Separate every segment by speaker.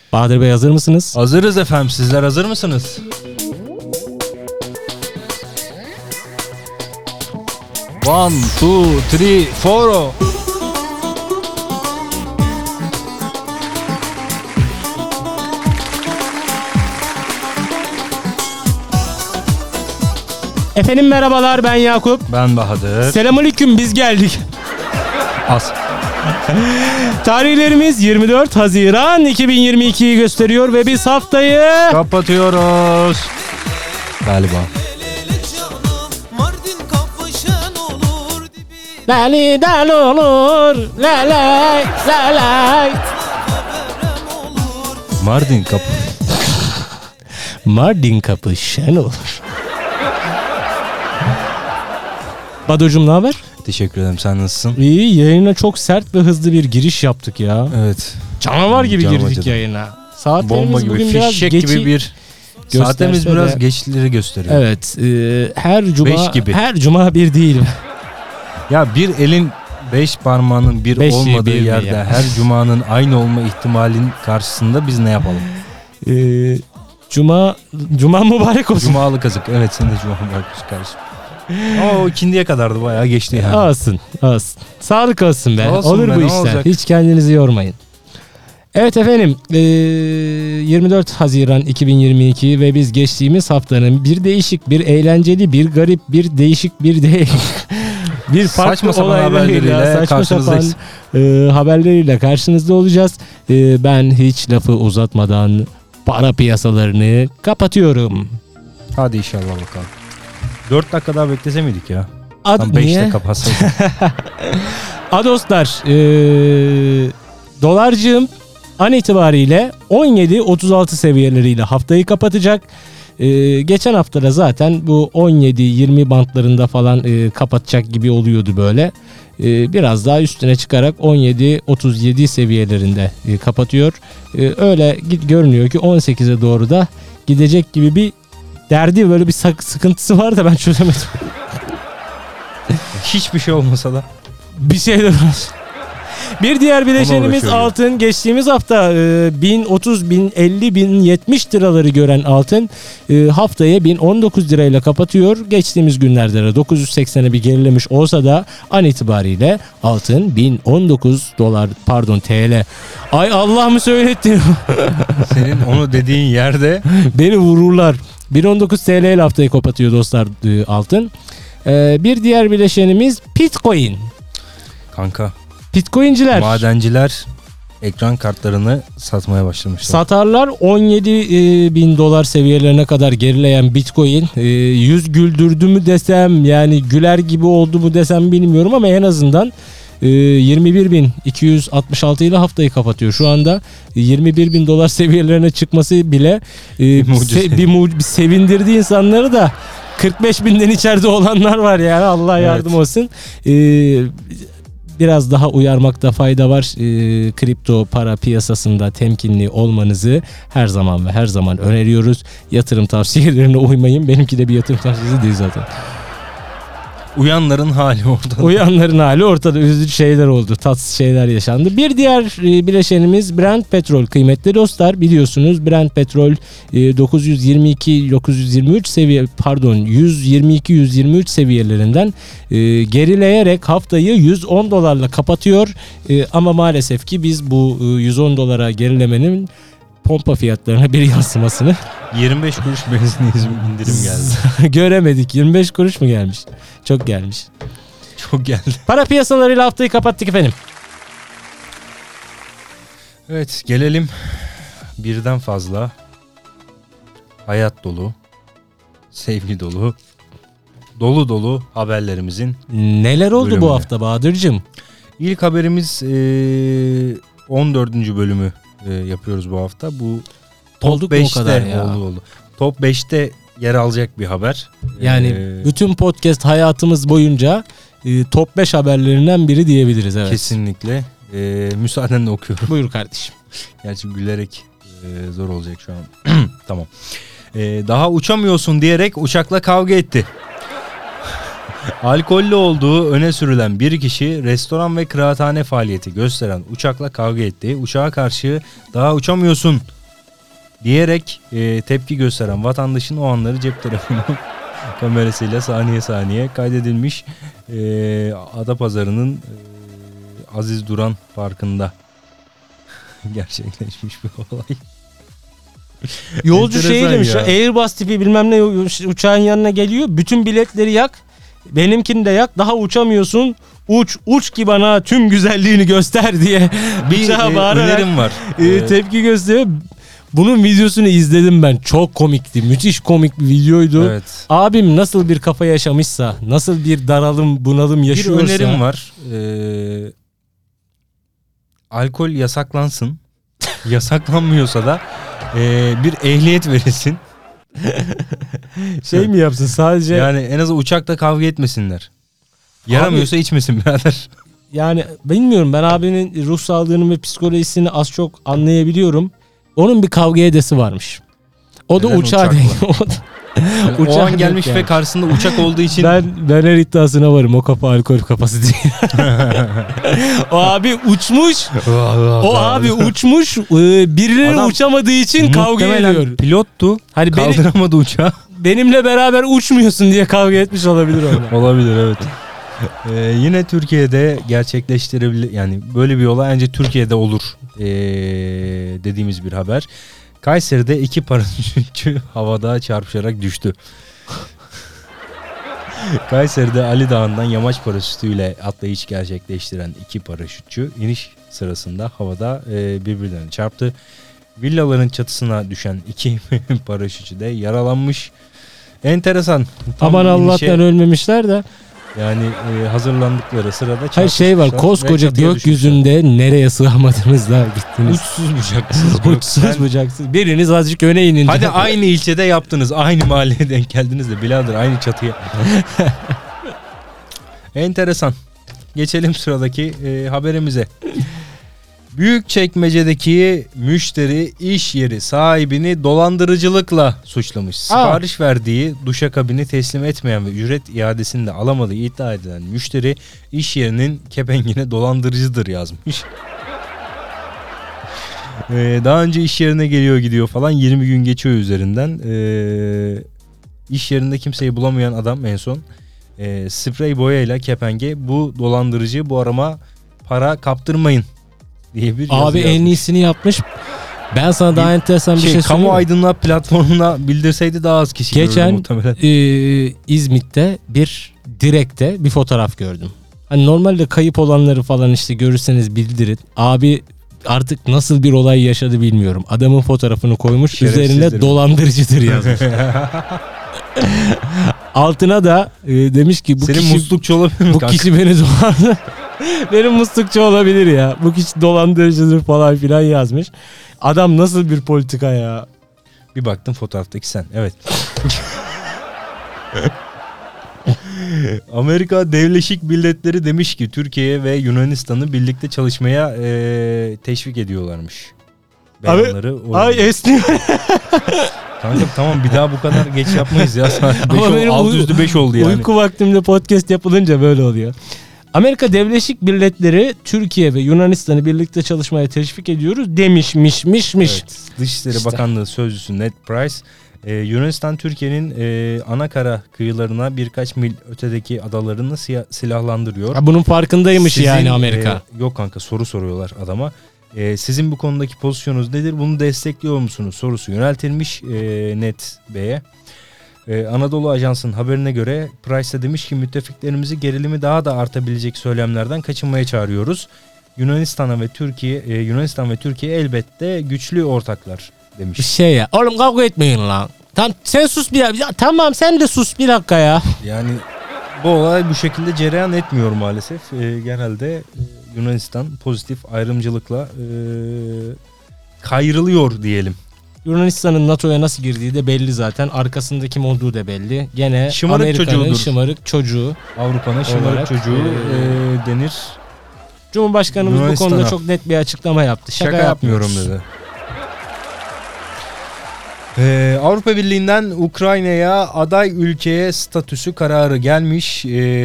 Speaker 1: Bahadır Bey hazır mısınız?
Speaker 2: Hazırız efendim. Sizler hazır mısınız? One, two, three, four.
Speaker 1: Efendim merhabalar, ben Yakup.
Speaker 2: Ben Bahadır.
Speaker 1: Selamünaleyküm, biz geldik.
Speaker 2: As.
Speaker 1: Tarihlerimiz 24 Haziran 2022'yi gösteriyor ve biz haftayı
Speaker 2: Kapatıyoruz. Galiba.
Speaker 1: Lali'den olur, lalay, lalay.
Speaker 2: Mardin kapı.
Speaker 1: Mardin kapı şen olur. Badocuğum ne haber?
Speaker 2: Teşekkür ederim. Sen nasılsın?
Speaker 1: İyi, yayına çok sert ve hızlı bir giriş yaptık ya.
Speaker 2: Evet.
Speaker 1: Canavar gibi
Speaker 2: Canım
Speaker 1: girdik
Speaker 2: acıdı.
Speaker 1: yayına. Saatlerimiz
Speaker 2: Bomba gibi,
Speaker 1: bugün biraz
Speaker 2: fişek
Speaker 1: geçi
Speaker 2: gibi bir
Speaker 1: gösterse
Speaker 2: saatlerimiz
Speaker 1: de-
Speaker 2: biraz geçleri gösteriyor.
Speaker 1: Evet, her cuma
Speaker 2: Beş gibi.
Speaker 1: her cuma bir değil.
Speaker 2: Ya bir elin 5 parmağının bir
Speaker 1: Beşi
Speaker 2: olmadığı
Speaker 1: bir mi
Speaker 2: yerde
Speaker 1: ya?
Speaker 2: her cumanın aynı olma ihtimalin karşısında biz ne yapalım?
Speaker 1: Cuma mübarek olsun.
Speaker 2: Cumalı kazık. Evet, senin de cuma mübarek kardeşim. Ama o ikindiye kadardı, bayağı geçti yani.
Speaker 1: Olsun. Sağlık olsun be.
Speaker 2: Olsun
Speaker 1: Olur
Speaker 2: be,
Speaker 1: bu
Speaker 2: ne
Speaker 1: işler.
Speaker 2: olacak?
Speaker 1: Hiç kendinizi yormayın. Evet efendim, 24 Haziran 2022 ve biz geçtiğimiz haftanın bir değişik, bir eğlenceli, bir garip, bir değişik, bir farklı
Speaker 2: Saçma sapan
Speaker 1: olaylarıyla,
Speaker 2: haberleriyle
Speaker 1: saçma sapan
Speaker 2: karşınızdayız.
Speaker 1: haberleriyle karşınızda olacağız. Ben hiç lafı uzatmadan para piyasalarını kapatıyorum.
Speaker 2: Hadi inşallah bakalım. 4 dakika daha beklese miydik ya?
Speaker 1: Ad
Speaker 2: Tam
Speaker 1: niye?
Speaker 2: 5'te kapatsaydık.
Speaker 1: Dostlar, dolarcığım an itibariyle 17.36 seviyeleriyle haftayı kapatacak. Geçen haftada zaten bu 17-20 bantlarında falan kapatacak gibi oluyordu böyle. Biraz daha üstüne çıkarak 17-37 seviyelerinde kapatıyor. Öyle görünüyor ki 18'e doğru da gidecek gibi bir derdi, böyle bir sıkıntısı var da ben çözemedim.
Speaker 2: Hiçbir şey olmasa da.
Speaker 1: Bir şeyler olsun. Bir diğer bileşenimiz
Speaker 2: uğraşıyor
Speaker 1: altın. Geçtiğimiz hafta 1030, 1050, 1070 liraları gören altın haftaya 1019 lirayla kapatıyor. Geçtiğimiz günlerde de 980'e bir gerilemiş olsa da an itibariyle altın 1019 dolar, pardon TL. Ay Allah mı söyletti?
Speaker 2: Senin onu dediğin yerde
Speaker 1: Beni vururlar. 1019 TL ile haftayı kapatıyor dostlar altın. Bir diğer bileşenimiz Bitcoin.
Speaker 2: kanka
Speaker 1: Bitcoinciler.
Speaker 2: madenciler ekran kartlarını satmaya başlamışlar.
Speaker 1: Satarlar. 17 bin dolar seviyelerine kadar gerileyen Bitcoin yüz güldürdü mü desem, yani güler gibi oldu mu desem bilmiyorum ama en azından 21.266 ile haftayı kapatıyor. Şu anda 21 bin dolar seviyelerine çıkması bile bir sevindirdi insanları da. 45 binden içeride olanlar var yani, Allah yardım olsun. Biraz daha uyarmakta fayda var. Kripto para piyasasında temkinli olmanızı her zaman ve her zaman öneriyoruz. Yatırım tavsiyelerine uymayın. Benimki de bir yatırım tavsiyesi değil zaten.
Speaker 2: Uyanların hali ortada.
Speaker 1: Uyanların hali ortada. Üzücü şeyler oldu. Tatsız şeyler yaşandı. Bir diğer bileşenimiz Brent petrol. Kıymetli dostlar, biliyorsunuz Brent petrol 922-923 seviye, pardon 122-123 seviyelerinden gerileyerek haftayı 110 dolarla kapatıyor. Ama maalesef ki biz bu 110 dolara gerilemenin pompa fiyatlarına bir yansımasını
Speaker 2: 25 kuruş benzin indirim geldi.
Speaker 1: göremedik. 25 kuruş mu gelmiş? Çok gelmiş.
Speaker 2: Çok geldi.
Speaker 1: Para piyasalarıyla haftayı kapattık efendim.
Speaker 2: Evet, gelelim birden fazla hayat dolu, sevgi dolu, dolu haberlerimizin
Speaker 1: Neler oldu
Speaker 2: bölümüne.
Speaker 1: bu hafta Bahadır'cığım?
Speaker 2: İlk haberimiz 14. bölümü yapıyoruz bu hafta. Bu top
Speaker 1: Olduk mu o
Speaker 2: 5'te
Speaker 1: kadar ya?
Speaker 2: oldu. Top 5'te yer alacak bir haber.
Speaker 1: Yani bütün podcast hayatımız boyunca top 5 haberlerinden biri diyebiliriz. Evet.
Speaker 2: Kesinlikle. Müsaadenle okuyorum.
Speaker 1: Buyur kardeşim.
Speaker 2: Gerçi gülerek zor olacak şu an. Tamam. Daha uçamıyorsun diyerek uçakla kavga etti. Alkollü olduğu öne sürülen bir kişi restoran ve kıraathane faaliyeti gösteren uçakla kavga etti. Uçağa karşı daha uçamıyorsun diyerek tepki gösteren vatandaşın o anları cep telefonu kamerasıyla saniye saniye kaydedilmiş. Adapazarı'nın Aziz Duran Parkı'nda gerçekleşmiş bir olay.
Speaker 1: Yolcu şey
Speaker 2: Enteresan
Speaker 1: demiş
Speaker 2: ya.
Speaker 1: Airbus tipi bilmem ne uçağın yanına geliyor. Bütün biletleri yak. Benimkini de yak. Daha uçamıyorsun. Uç ki bana tüm güzelliğini göster diye
Speaker 2: Bir
Speaker 1: uçağa bağırarak
Speaker 2: önerim var.
Speaker 1: tepki gösteriyor. Bunun videosunu izledim ben. Çok komikti. Müthiş komik bir videoydu.
Speaker 2: Evet.
Speaker 1: Abim nasıl bir kafa yaşamışsa, nasıl bir daralım, bunalım
Speaker 2: Bir
Speaker 1: yaşıyorsa.
Speaker 2: önerim var. Alkol yasaklansın. Yasaklanmıyorsa da bir ehliyet verilsin.
Speaker 1: Şey mi yapsın sadece
Speaker 2: Yani en azından uçakta kavga etmesinler. Yaramıyorsa içmesin birader.
Speaker 1: yani bilmiyorum, ben abinin ruh sağlığını ve psikolojisini az çok anlayabiliyorum. Onun bir kavga edesi varmış. O da
Speaker 2: Neden
Speaker 1: uçağa
Speaker 2: uçakla?
Speaker 1: denk. O da
Speaker 2: Yani o
Speaker 1: uçağa
Speaker 2: an gelmiş
Speaker 1: denk
Speaker 2: ve
Speaker 1: gelmiş.
Speaker 2: karşısında uçak olduğu için
Speaker 1: Ben her iddiasına varım, o kafa alkol kafası değil. O abi uçmuş. O abi uçmuş. Birileri
Speaker 2: Adam
Speaker 1: uçamadığı için kavga
Speaker 2: muhtemelen
Speaker 1: ediyor.
Speaker 2: pilottu.
Speaker 1: Hani
Speaker 2: Kaldıramadı uçağı.
Speaker 1: benimle beraber uçmuyorsun diye kavga etmiş olabilir onlar.
Speaker 2: Olabilir, evet. Yine Türkiye'de gerçekleştirebilir, yani böyle bir olay ancak Türkiye'de olur dediğimiz bir haber. Kayseri'de 2 paraşütçü havada çarpışarak düştü. Kayseri'de Ali Dağı'ndan yamaç paraşütüyle atlayış gerçekleştiren 2 paraşütçü iniş sırasında havada birbirlerine çarptı. Villaların çatısına düşen 2 paraşütçü de yaralanmış. Enteresan. Tam
Speaker 1: Aman Allah'tan
Speaker 2: inişe-
Speaker 1: ölmemişler de.
Speaker 2: Yani hazırlandıkları sırada
Speaker 1: Hayır şey var,
Speaker 2: çarpışmışlar ve
Speaker 1: koskoca
Speaker 2: çatıya düşmüşler.
Speaker 1: gökyüzünde nereye sığamadınız da gittiniz.
Speaker 2: Uçsuz bucaksız.
Speaker 1: Uçsuz
Speaker 2: Ben-
Speaker 1: bucaksız. Biriniz azıcık öne inince.
Speaker 2: Hadi aynı ilçede yaptınız. Aynı mahalleye denk geldiniz de birader, aynı çatıya. Enteresan. Geçelim sıradaki haberimize. Büyükçekmece'deki müşteri iş yeri sahibini dolandırıcılıkla suçlamış. Sipariş verdiği duşakabini teslim etmeyen ve ücret iadesini de alamadığı iddia edilen müşteri iş yerinin kepengine dolandırıcıdır yazmış. Daha önce iş yerine geliyor gidiyor falan, 20 gün geçiyor üzerinden. İş yerinde kimseyi bulamayan adam en son sprey boyayla kepenge, bu dolandırıcı, bu arama para kaptırmayın diye bir yazı
Speaker 1: Abi en
Speaker 2: yazmış.
Speaker 1: iyisini yapmış. Ben sana daha enteresan bir şey
Speaker 2: Kamu
Speaker 1: söyleyeyim.
Speaker 2: aydınlığa platformuna bildirseydi daha az kişi görürdü
Speaker 1: Geçen
Speaker 2: muhtemelen.
Speaker 1: İzmit'te bir direkte bir fotoğraf gördüm. Hani normalde kayıp olanları falan işte görürseniz bildirin. Abi artık nasıl bir olay yaşadı bilmiyorum. Adamın fotoğrafını koymuş,
Speaker 2: Şerefsizdir
Speaker 1: üzerine
Speaker 2: mi?
Speaker 1: dolandırıcıdır yazmış. Altına da demiş ki bu
Speaker 2: Senin
Speaker 1: kişi
Speaker 2: muslukçu olabilir mi
Speaker 1: bu
Speaker 2: kanka?
Speaker 1: kişi beni dolandı. Benim muslukçu olabilir ya. Bu kişi dolandırıcıdır falan filan yazmış. Adam nasıl bir politika ya.
Speaker 2: Bir baktım fotoğraftaki sen. Evet. Amerika Devleşik Milletleri demiş ki Türkiye ve Yunanistan'ı birlikte çalışmaya teşvik ediyorlarmış.
Speaker 1: Abi,
Speaker 2: Beyanları
Speaker 1: Ay esniyor.
Speaker 2: Kanka tamam, bir daha bu kadar geç yapmayız ya. Saat 5
Speaker 1: Ama benim
Speaker 2: alt üstü 5 oldu yani.
Speaker 1: Uyku vaktimde podcast yapılınca böyle oluyor. Amerika Devleşik Milletleri Türkiye ve Yunanistan'ı birlikte çalışmaya teşvik ediyoruz demişmiş.
Speaker 2: Evet. Dışişleri
Speaker 1: İşte.
Speaker 2: Bakanlığı Sözcüsü Ned Price, Yunanistan Türkiye'nin ana kara kıyılarına birkaç mil ötedeki adalarını silahlandırıyor.
Speaker 1: Ha, bunun farkındaymış
Speaker 2: Sizin,
Speaker 1: yani Amerika.
Speaker 2: Yok kanka, soru soruyorlar adama. Sizin bu konudaki pozisyonunuz nedir? Bunu destekliyor musunuz? Sorusu yöneltilmiş Ned Bey'e. Anadolu Ajansı'nın haberine göre Price de demiş ki müttefiklerimizi gerilimi daha da artabilecek söylemlerden kaçınmaya çağırıyoruz. Yunanistan ve Türkiye elbette güçlü ortaklar demiş.
Speaker 1: Bir şey ya. Oğlum kavga etmeyin lan. Tamam sen sus bir dakika. Ya, tamam sen de sus bir dakika ya.
Speaker 2: Yani bu olay bu şekilde cereyan etmiyor maalesef. Genelde Yunanistan pozitif ayrımcılıkla kayrılıyor diyelim.
Speaker 1: Yunanistan'ın NATO'ya nasıl girdiği de belli zaten. Arkasında kim olduğu da belli. Gene
Speaker 2: Şımarık
Speaker 1: Amerika'nın
Speaker 2: çocuğudur.
Speaker 1: şımarık çocuğu.
Speaker 2: Avrupa'nın şımarık
Speaker 1: Olarak,
Speaker 2: çocuğu denir.
Speaker 1: Cumhurbaşkanımız bu
Speaker 2: Yunanistan'a.
Speaker 1: konuda çok net bir açıklama yaptı.
Speaker 2: Şaka yapmıyorum dedi. Avrupa Birliği'nden Ukrayna'ya aday ülkeye statüsü kararı gelmiş.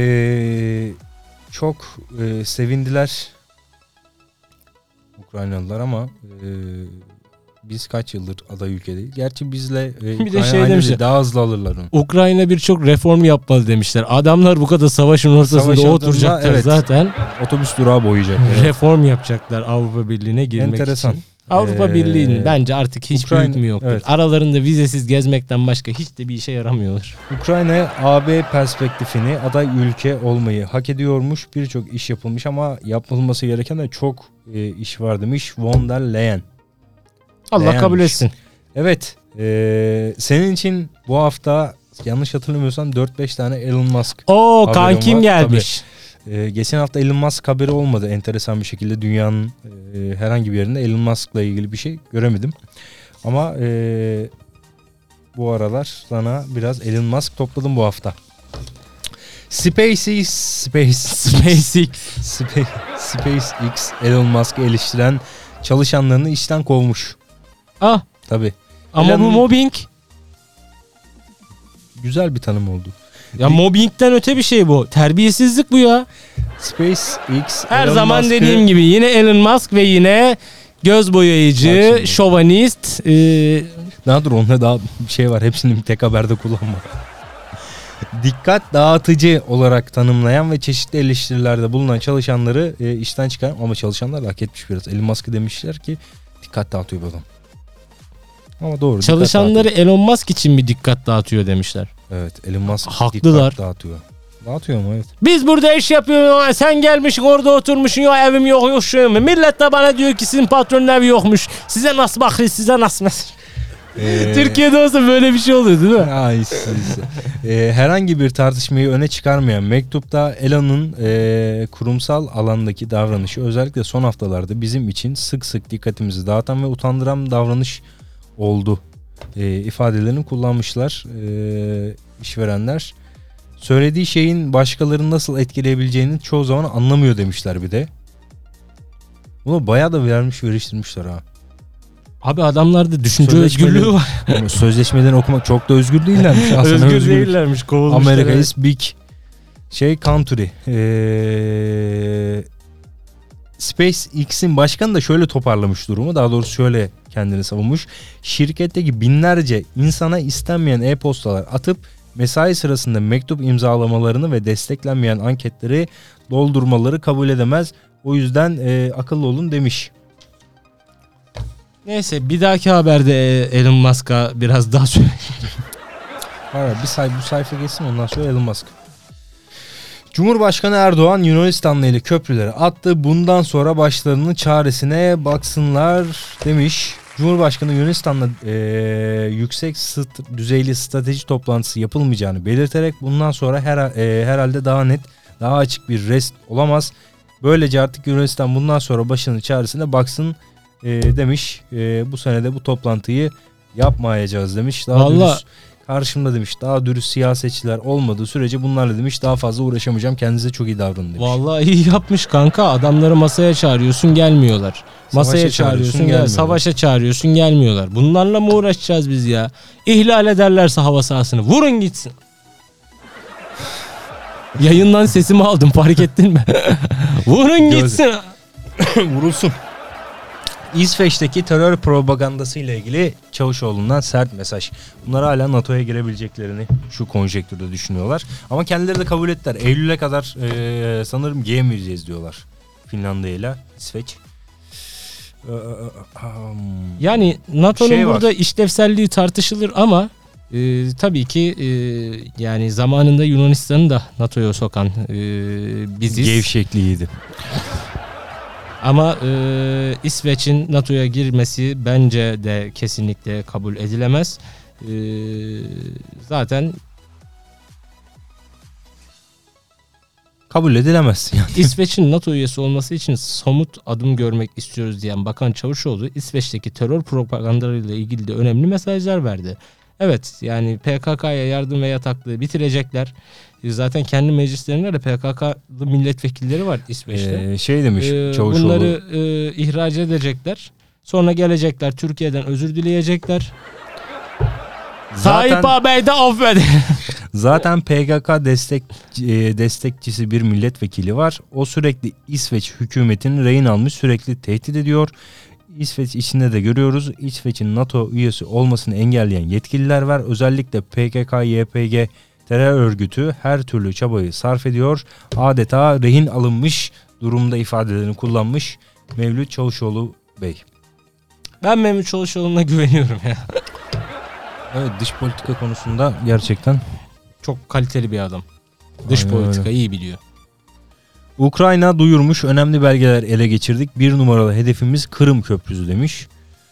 Speaker 2: Çok sevindiler Ukraynalılar ama biz kaç yıldır aday ülke değil. Gerçi bizle
Speaker 1: Bir de şey demişler.
Speaker 2: daha hızlı alırlar onu.
Speaker 1: Ukrayna birçok reform yapmalı demişler. Adamlar bu kadar savaşın ortasında
Speaker 2: Savaşın
Speaker 1: oturacaklar
Speaker 2: ortasında, evet.
Speaker 1: zaten.
Speaker 2: Otobüs durağı boyayacaklar.
Speaker 1: Reform yapacaklar Avrupa Birliği'ne girmek
Speaker 2: Enteresan.
Speaker 1: için. Avrupa Birliği'nin bence artık hiçbir hükmü yoktur.
Speaker 2: evet.
Speaker 1: Aralarında vizesiz gezmekten başka hiç de bir işe yaramıyorlar.
Speaker 2: Ukrayna AB perspektifini aday ülke olmayı hak ediyormuş. Birçok iş yapılmış ama yapılması gereken de çok iş var demiş von der Leyen.
Speaker 1: Allah
Speaker 2: Leyenmiş.
Speaker 1: kabul etsin.
Speaker 2: Evet. Senin için bu hafta yanlış hatırlamıyorsam 4-5 tane Elon Musk
Speaker 1: Oo
Speaker 2: haberim
Speaker 1: kankim
Speaker 2: var.
Speaker 1: gelmiş.
Speaker 2: Geçen hafta Elon Musk haberi olmadı enteresan bir şekilde. Dünyanın herhangi bir yerinde Elon Musk'la ilgili bir şey göremedim. Ama bu aralar sana biraz Elon Musk topladım bu hafta. SpaceX Elon Musk'ı eleştiren çalışanlarını işten kovmuş.
Speaker 1: Ah
Speaker 2: Tabii.
Speaker 1: ama bu mobbing.
Speaker 2: Güzel bir tanım oldu.
Speaker 1: Ya mobbingden öte bir şey bu. Terbiyesizlik bu ya.
Speaker 2: SpaceX
Speaker 1: Her
Speaker 2: Elon
Speaker 1: zaman
Speaker 2: Musk'ı
Speaker 1: dediğim gibi yine Elon Musk ve yine göz boyayıcı, şovanist.
Speaker 2: Daha dur onda daha bir şey var. Hepsini bir tek haberde kullanma. Dikkat dağıtıcı olarak tanımlayan ve çeşitli eleştirilerde bulunan çalışanları işten çıkaran ama çalışanlar da hak etmiş biraz. Elon Musk'ı demişler ki dikkat dağıtıyor bu adam. Ama doğru.
Speaker 1: Çalışanları Elon Musk için bir dikkat dağıtıyor demişler.
Speaker 2: Evet, Elon Musk
Speaker 1: haklılar.
Speaker 2: Dikkat dağıtıyor. Dağıtıyor mu? Evet.
Speaker 1: Biz burada iş yapıyoruz ama sen gelmişsin orada oturmuşsun, yok evim yok şu mu? Millet de bana diyor ki sizin patronun evi yokmuş. Size nasıl bakıyor, size nasıl Türkiye'de olsa böyle bir şey oluyor değil mi?
Speaker 2: Herhangi bir tartışmayı öne çıkarmayan mektupta Elon'un kurumsal alandaki davranışı özellikle son haftalarda bizim için sık sık dikkatimizi dağıtan ve utandıran davranış oldu ifadelerini kullanmışlar işverenler. Söylediği şeyin başkalarını nasıl etkileyebileceğini çoğu zaman anlamıyor demişler bir de. Bunu bayağı da veriştirmişler ha.
Speaker 1: Abi adamlarda düşünce özgürlüğü var.
Speaker 2: Ama sözleşmeden okumak çok da özgür değillermiş.
Speaker 1: Özgür değillermiş, kovulmuşlar.
Speaker 2: America is big country. SpaceX'in başkanı da şöyle toparlamış durumu. Daha doğrusu şöyle kendini savunmuş. Şirketteki binlerce insana istenmeyen e-postalar atıp mesai sırasında mektup imzalamalarını ve desteklenmeyen anketleri doldurmaları kabul edemez. O yüzden akıllı olun demiş.
Speaker 1: Neyse bir dahaki haberde Elon Musk'a biraz daha söyle.
Speaker 2: Bu sayfa geçsin ondan sonra Elon Musk. Cumhurbaşkanı Erdoğan Yunanistanlı ile köprüleri attı. Bundan sonra başlarının çaresine baksınlar demiş. Cumhurbaşkanı Yunanistan'la yüksek düzeyli strateji toplantısı yapılmayacağını belirterek bundan sonra herhalde daha net, daha açık bir rest olamaz. Böylece artık Yunanistan bundan sonra başının çaresine baksın demiş. Bu sene de bu toplantıyı yapmayacağız demiş. Karşımda demiş daha dürüst siyasetçiler olmadığı sürece bunlarla demiş daha fazla uğraşamayacağım. Kendinize çok iyi davranın demiş.
Speaker 1: Vallahi iyi yapmış kanka. Adamları masaya çağırıyorsun gelmiyorlar. Masaya çağırıyorsun savaşa çağırıyorsun gelmiyorlar. Bunlarla mı uğraşacağız biz ya? İhlal ederlerse hava sahasını vurun gitsin. Yayından sesimi aldım fark ettin mi? Vurun gitsin.
Speaker 2: Vurulsun. İsveç'teki terör propagandası ile ilgili Çavuşoğlu'ndan sert mesaj. Bunlar hala NATO'ya girebileceklerini şu konjektürde düşünüyorlar. Ama kendileri de kabul ettiler. Eylül'e kadar sanırım giremeyeceğiz diyorlar. Finlandiya ile İsveç.
Speaker 1: Yani NATO'nun burada işlevselliği tartışılır ama tabii ki yani zamanında Yunanistan'ı da NATO'ya sokan biziz.
Speaker 2: Gevşekliğiydi.
Speaker 1: Ama İsveç'in NATO'ya girmesi bence de kesinlikle kabul edilemez. Zaten
Speaker 2: kabul edilemez. Yani.
Speaker 1: İsveç'in NATO üyesi olması için somut adım görmek istiyoruz diyen Bakan Çavuşoğlu İsveç'teki terör propagandalarıyla ilgili de önemli mesajlar verdi. Evet yani PKK'ya yardım ve yataklığı bitirecekler. Zaten kendi meclislerinde de PKK'lı milletvekilleri var İsveç'te.
Speaker 2: Demiş Çavuşoğlu.
Speaker 1: Bunları ihraç edecekler. Sonra gelecekler Türkiye'den özür dileyecekler. Tayyip ağabey de affedin.
Speaker 2: Zaten PKK destekçisi bir milletvekili var. O sürekli İsveç hükümetini rehin almış, sürekli tehdit ediyor. İsveç içinde de görüyoruz. İsveç'in NATO üyesi olmasını engelleyen yetkililer var. Özellikle PKK-YPG terör örgütü her türlü çabayı sarf ediyor. Adeta rehin alınmış durumda ifadelerini kullanmış Mevlüt Çavuşoğlu Bey.
Speaker 1: Ben Mevlüt Çavuşoğlu'na güveniyorum ya.
Speaker 2: Evet, dış politika konusunda gerçekten
Speaker 1: Çok kaliteli bir adam. Dış
Speaker 2: Aynen
Speaker 1: politika
Speaker 2: öyle.
Speaker 1: iyi biliyor.
Speaker 2: Ukrayna duyurmuş, önemli belgeler ele geçirdik. 1 numaralı hedefimiz Kırım Köprüsü demiş.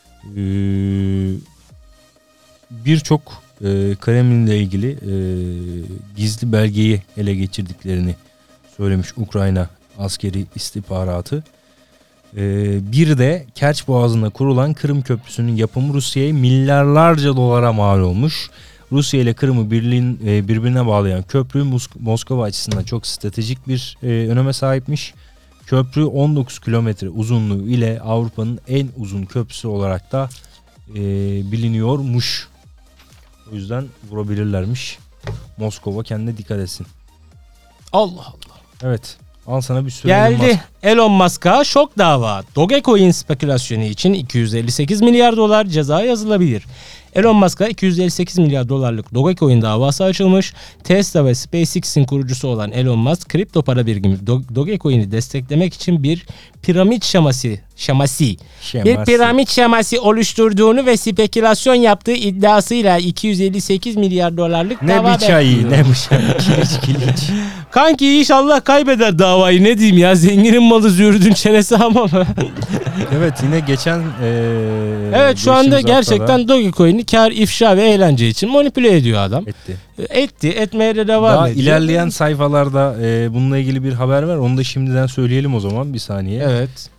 Speaker 2: Birçok Kremlin'le ilgili gizli belgeyi ele geçirdiklerini söylemiş Ukrayna askeri istihbaratı. Bir de Kerç Boğazı'nda kurulan Kırım Köprüsü'nün yapımı Rusya'ya milyarlarca dolara mal olmuş. Rusya ile Kırım'ı birbirine bağlayan köprü Moskova açısından çok stratejik bir öneme sahipmiş. Köprü 19 kilometre uzunluğu ile Avrupa'nın en uzun köprüsü olarak da biliniyormuş. O yüzden vurabilirlermiş. Moskova kendine dikkat etsin.
Speaker 1: Allah Allah.
Speaker 2: Evet. Al sana bir sürü
Speaker 1: Geldi. Elon Musk'a şok dava. Dogecoin spekülasyonu için 258 milyar dolar ceza yazılabilir. Elon Musk'a 258 milyar dolarlık Dogecoin davası açılmış. Tesla ve SpaceX'in kurucusu olan Elon Musk, kripto para birimi Dogecoin'i desteklemek için bir piramit şeması bir piramit şeması oluşturduğunu ve spekülasyon yaptığı iddiasıyla 258 milyar dolarlık
Speaker 2: Ne
Speaker 1: dava
Speaker 2: bıçağı
Speaker 1: bekliyor.
Speaker 2: ne bıçağı. Kiliç.
Speaker 1: Kanki inşallah kaybeder davayı, ne diyeyim ya, zenginin malı züğürdün çenesi ama.
Speaker 2: Evet, yine geçen
Speaker 1: Evet, şu anda
Speaker 2: geçtiğimiz
Speaker 1: gerçekten
Speaker 2: haftada
Speaker 1: Dogecoin'i kar, ifşa ve eğlence için manipüle ediyor adam. Etmeye de devam
Speaker 2: Daha
Speaker 1: ediyor.
Speaker 2: ilerleyen sayfalarda bununla ilgili bir haber var. Onu da şimdiden söyleyelim o zaman, bir saniye.
Speaker 1: Evet.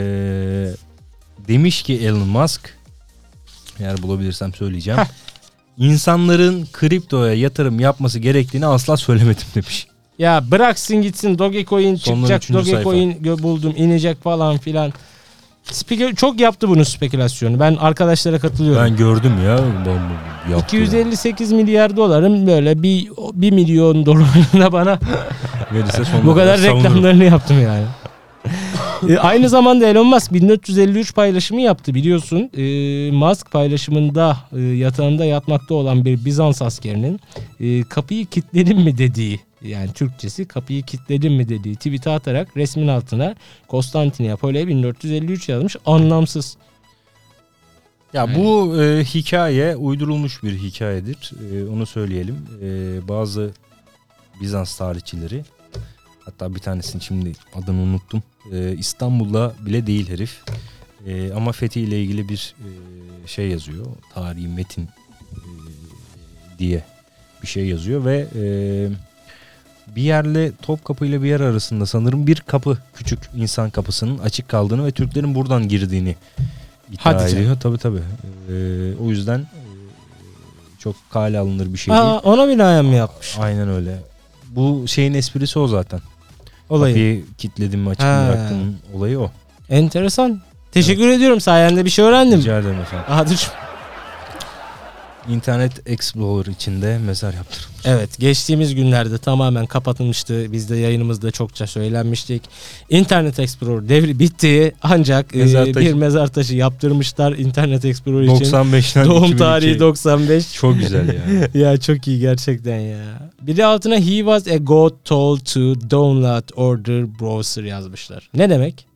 Speaker 2: Demiş ki Elon Musk, eğer bulabilirsem söyleyeceğim. İnsanların kriptoya yatırım yapması gerektiğini asla söylemedim demiş.
Speaker 1: Ya bıraksın gitsin, Dogecoin
Speaker 2: Sondan
Speaker 1: çıkacak,
Speaker 2: 3.
Speaker 1: Dogecoin buldum inecek falan filan. Çok yaptı bunun spekülasyonu. Ben arkadaşlara katılıyorum.
Speaker 2: Ben gördüm ya.
Speaker 1: 258 milyar doların böyle 1 milyon dolarına bana
Speaker 2: verirse sonuna
Speaker 1: bu kadar
Speaker 2: savunurum.
Speaker 1: reklamlarını yaptım yani. Aynı zamanda Elon Musk 1453 paylaşımı yaptı biliyorsun. Musk paylaşımında yatağında yatmakta olan bir Bizans askerinin kapıyı kilitledim mi dediği, yani Türkçesi kapıyı kilitledim mi dediği tweet'i atarak resmin altına Konstantiniyapol'e 1453 yazmış. Anlamsız.
Speaker 2: Ya bu hikaye uydurulmuş bir hikayedir. Onu söyleyelim. Bazı Bizans tarihçileri, hatta bir tanesini şimdi adını unuttum. İstanbul'da bile değil herif. Ama Fethi ile ilgili bir şey yazıyor. Tarihi metin diye bir şey yazıyor ve bir yerle Topkapı ile bir yer arasında sanırım bir kapı, küçük insan kapısının açık kaldığını ve Türklerin buradan girdiğini iddia ediyor. Tabii. O yüzden çok kale alınır bir şey değil.
Speaker 1: Ona binaen mi yapmış?
Speaker 2: Aynen öyle. Bu şeyin esprisi o zaten.
Speaker 1: Olayı.
Speaker 2: Kapıyı kilitledim mi, açık mı bıraktım olayı o.
Speaker 1: Enteresan. Teşekkür ediyorum, sayende bir şey öğrendim.
Speaker 2: Rica ederim efendim.
Speaker 1: Bahadır.
Speaker 2: Internet Explorer içinde mezar yaptırılmış.
Speaker 1: Evet, geçtiğimiz günlerde tamamen kapatılmıştı. Biz de yayınımızda çokça söylenmiştik. Internet Explorer devri bitti, ancak bir mezar taşı yaptırmışlar Internet Explorer için.
Speaker 2: 95'ten
Speaker 1: Doğum
Speaker 2: 2002.
Speaker 1: tarihi 95.
Speaker 2: Çok güzel ya.
Speaker 1: Ya çok iyi gerçekten ya. Bir de altına he was a god told to download order browser yazmışlar. Ne demek?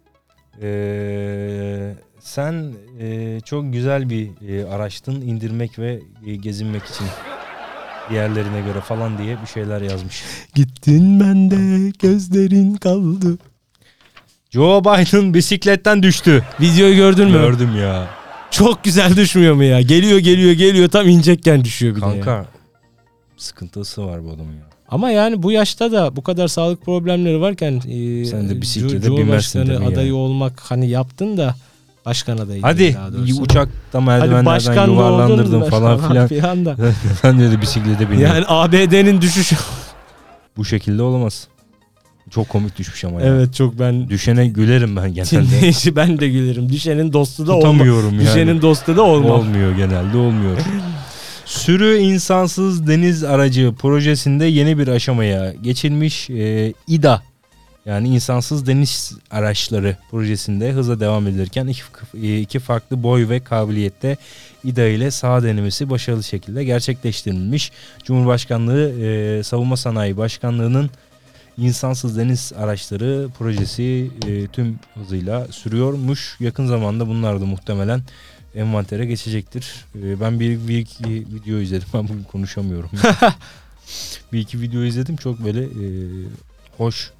Speaker 2: Sen çok güzel bir araçtın indirmek ve gezinmek için diğerlerine göre falan diye bir şeyler yazmış.
Speaker 1: Gittin bende gözlerin kaldı.
Speaker 2: Joe Biden bisikletten düştü.
Speaker 1: Videoyu gördün mü?
Speaker 2: Gördüm ya.
Speaker 1: Çok güzel düşmüyor mu ya? Geliyor tam inecekken düşüyor bir de.
Speaker 2: Kanka sıkıntısı var bu adamın ya.
Speaker 1: Ama yani bu yaşta da bu kadar sağlık problemleri varken
Speaker 2: sen de bisiklete binmezsin
Speaker 1: Cumhurbaşkanı adayı
Speaker 2: ya.
Speaker 1: olmak hani yaptın da başkan adayı.
Speaker 2: Hadi uçakta merdivenlerden yuvarlandırdın falan filan.
Speaker 1: da.
Speaker 2: Ben de bisiklete biniyorum.
Speaker 1: Yani ABD'nin düşüşü.
Speaker 2: Bu şekilde olamaz. Çok komik düşmüş ama ya.
Speaker 1: Evet, çok ben
Speaker 2: düşene gülerim ben genelde.
Speaker 1: dinleyici, ben de gülerim. Düşenin dostu da olmaz.
Speaker 2: Tutamıyorum yani.
Speaker 1: Düşenin dostu da olmaz.
Speaker 2: Olmuyor, genelde olmuyor. Sürü insansız deniz aracı projesinde yeni bir aşamaya geçilmiş. İDA Yani insansız deniz araçları projesinde hızla devam edilirken iki farklı boy ve kabiliyette İDA ile saha denemesi başarılı şekilde gerçekleştirilmiş. Cumhurbaşkanlığı Savunma Sanayi Başkanlığı'nın insansız deniz araçları projesi tüm hızıyla sürüyormuş. Yakın zamanda bunlar da muhtemelen envantere geçecektir. Ben bir iki video izledim. Ben bugün konuşamıyorum. Bir iki video izledim. Çok böyle hoş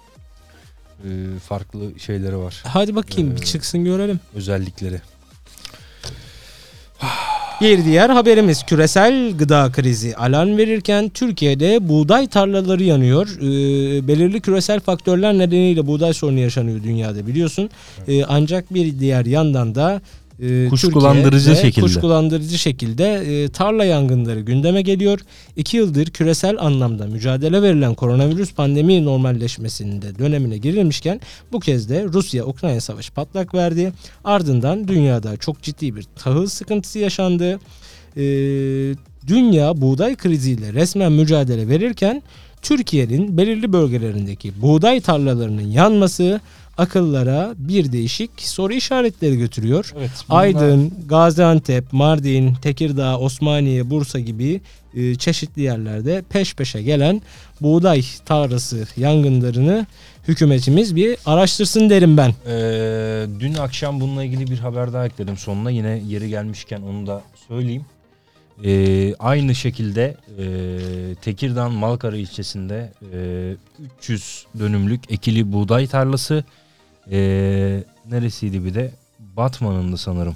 Speaker 2: farklı şeyleri var.
Speaker 1: Hadi bakayım bir çıksın görelim.
Speaker 2: Özellikleri.
Speaker 1: Bir diğer haberimiz, küresel gıda krizi alarm verirken Türkiye'de buğday tarlaları yanıyor. Belirli küresel faktörler nedeniyle buğday sorunu yaşanıyor dünyada, biliyorsun. Ancak bir diğer yandan da kuşkulandırıcı şekilde tarla yangınları gündeme geliyor. 2 yıldır küresel anlamda mücadele verilen koronavirüs pandemi normalleşmesinde dönemine girilmişken bu kez de Rusya-Ukrayna savaşı patlak verdi. Ardından dünyada çok ciddi bir tahıl sıkıntısı yaşandı. Dünya buğday kriziyle resmen mücadele verirken Türkiye'nin belirli bölgelerindeki buğday tarlalarının yanması akıllara bir değişik soru işaretleri götürüyor.
Speaker 2: Evet,
Speaker 1: Aydın, Gaziantep, Mardin, Tekirdağ, Osmaniye, Bursa gibi çeşitli yerlerde peş peşe gelen buğday tarlası yangınlarını hükümetimiz bir araştırsın derim ben.
Speaker 2: Dün akşam bununla ilgili bir haber daha ekledim sonuna. Yine yeri gelmişken onu da söyleyeyim. Aynı şekilde Tekirdağ Malkara ilçesinde 300 dönümlük ekili buğday tarlası, neresiydi bir de Batman'ındı sanırım.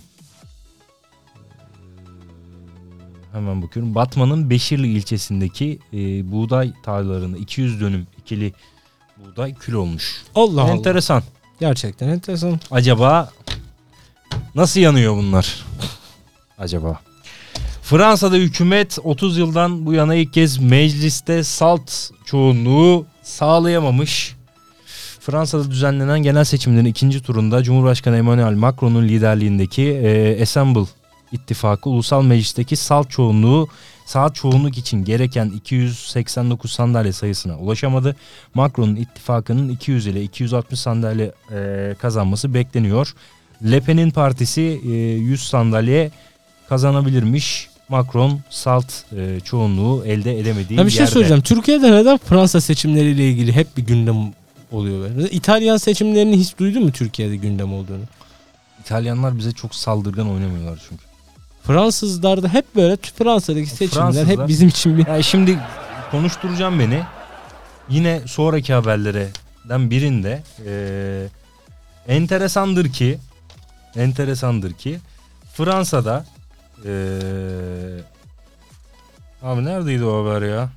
Speaker 2: Hemen bakıyorum. Batman'ın Beşirli ilçesindeki buğday tarlalarında 200 dönüm ekili buğday kül olmuş.
Speaker 1: Allah
Speaker 2: Enteresan.
Speaker 1: Allah. Gerçekten enteresan.
Speaker 2: Acaba nasıl yanıyor bunlar? Acaba. Fransa'da hükümet 30 yıldan bu yana ilk kez mecliste salt çoğunluğu sağlayamamış. Fransa'da düzenlenen genel seçimlerin ikinci turunda Cumhurbaşkanı Emmanuel Macron'un liderliğindeki Assemble ittifakı ulusal meclisteki salt çoğunluk için gereken 289 sandalye sayısına ulaşamadı. Macron'un ittifakının 200 ile 260 sandalye kazanması bekleniyor. Le Pen'in partisi 100 sandalye kazanabilirmiş. Macron salt çoğunluğu elde edemediği
Speaker 1: bir şey
Speaker 2: yerde.
Speaker 1: söyleyeceğim. Türkiye'de neden Fransa seçimleriyle ilgili hep bir gündem oluyor böyle? İtalyan seçimlerini hiç duydun mu Türkiye'de gündem olduğunu?
Speaker 2: İtalyanlar bize çok saldırgan oynamıyorlar çünkü.
Speaker 1: Fransızlar da hep böyle Fransa'daki seçimler
Speaker 2: Fransızlar,
Speaker 1: hep bizim için bir...
Speaker 2: Yani şimdi konuşturacağım beni. Yine sonraki haberlerden birinde enteresandır ki Fransa'da abi neredeydi o haber ya?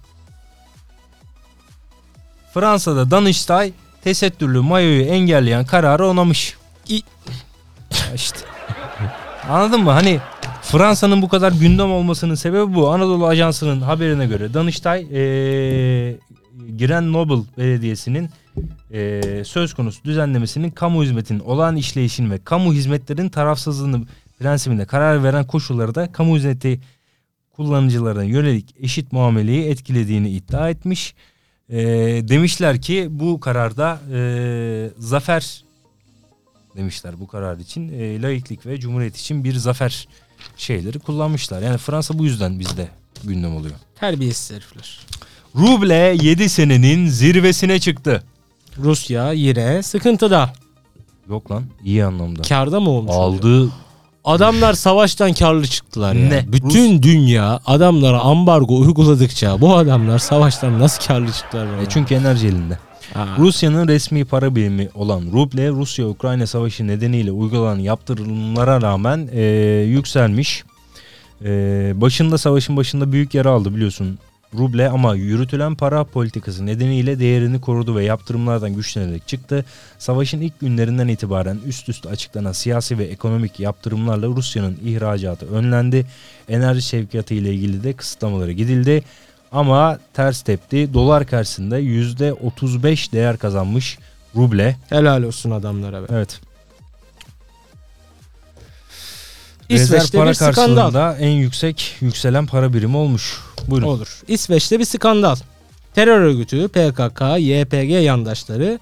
Speaker 2: Fransa'da Danıştay tesettürlü mayoyu engelleyen kararı onamış. İşte. Anladın mı? Hani Fransa'nın bu kadar gündem olmasının sebebi bu. Anadolu Ajansı'nın haberine göre Danıştay Grenoble Belediyesi'nin söz konusu düzenlemesinin kamu hizmetinin olağan işleyişini ve kamu hizmetlerinin tarafsızlığını prensibinde karar veren koşulları da kamu hizmeti kullanıcılarına yönelik eşit muameleyi etkilediğini iddia etmiş. Demişler ki bu kararda zafer demişler bu karar için. Laiklik ve cumhuriyet için bir zafer şeyleri kullanmışlar. Yani Fransa bu yüzden bizde gündem oluyor.
Speaker 1: Terbiyesiz herifler.
Speaker 2: Ruble 7 senenin zirvesine çıktı.
Speaker 1: Rusya yine sıkıntıda.
Speaker 2: Yok lan, iyi anlamda.
Speaker 1: Kârda mı olmuş?
Speaker 2: Aldığı
Speaker 1: adamlar savaştan karlı çıktılar ya.
Speaker 2: Ne?
Speaker 1: Bütün dünya adamlara ambargo uyguladıkça bu adamlar savaştan nasıl karlı çıktılar?
Speaker 2: Çünkü enerji elinde. Rusya'nın resmi para birimi olan ruble, Rusya-Ukrayna savaşı nedeniyle uygulanan yaptırımlara rağmen yükselmiş. Savaşın başında büyük yara aldı biliyorsun ruble, ama yürütülen para politikası nedeniyle değerini korudu ve yaptırımlardan güçlenerek çıktı. Savaşın ilk günlerinden itibaren üst üste açıklanan siyasi ve ekonomik yaptırımlarla Rusya'nın ihracatı önlendi. Enerji sevkiyatı ile ilgili de kısıtlamalara gidildi. Ama ters tepti. Dolar karşısında %35 değer kazanmış ruble.
Speaker 1: Helal olsun adamlara be.
Speaker 2: Evet.
Speaker 1: İsveç'te
Speaker 2: para
Speaker 1: bir skandal.
Speaker 2: karşılığında en yükselen para birimi olmuş. Buyurun.
Speaker 1: Olur. İsveç'te bir skandal. terör örgütü PKK, YPG yandaşları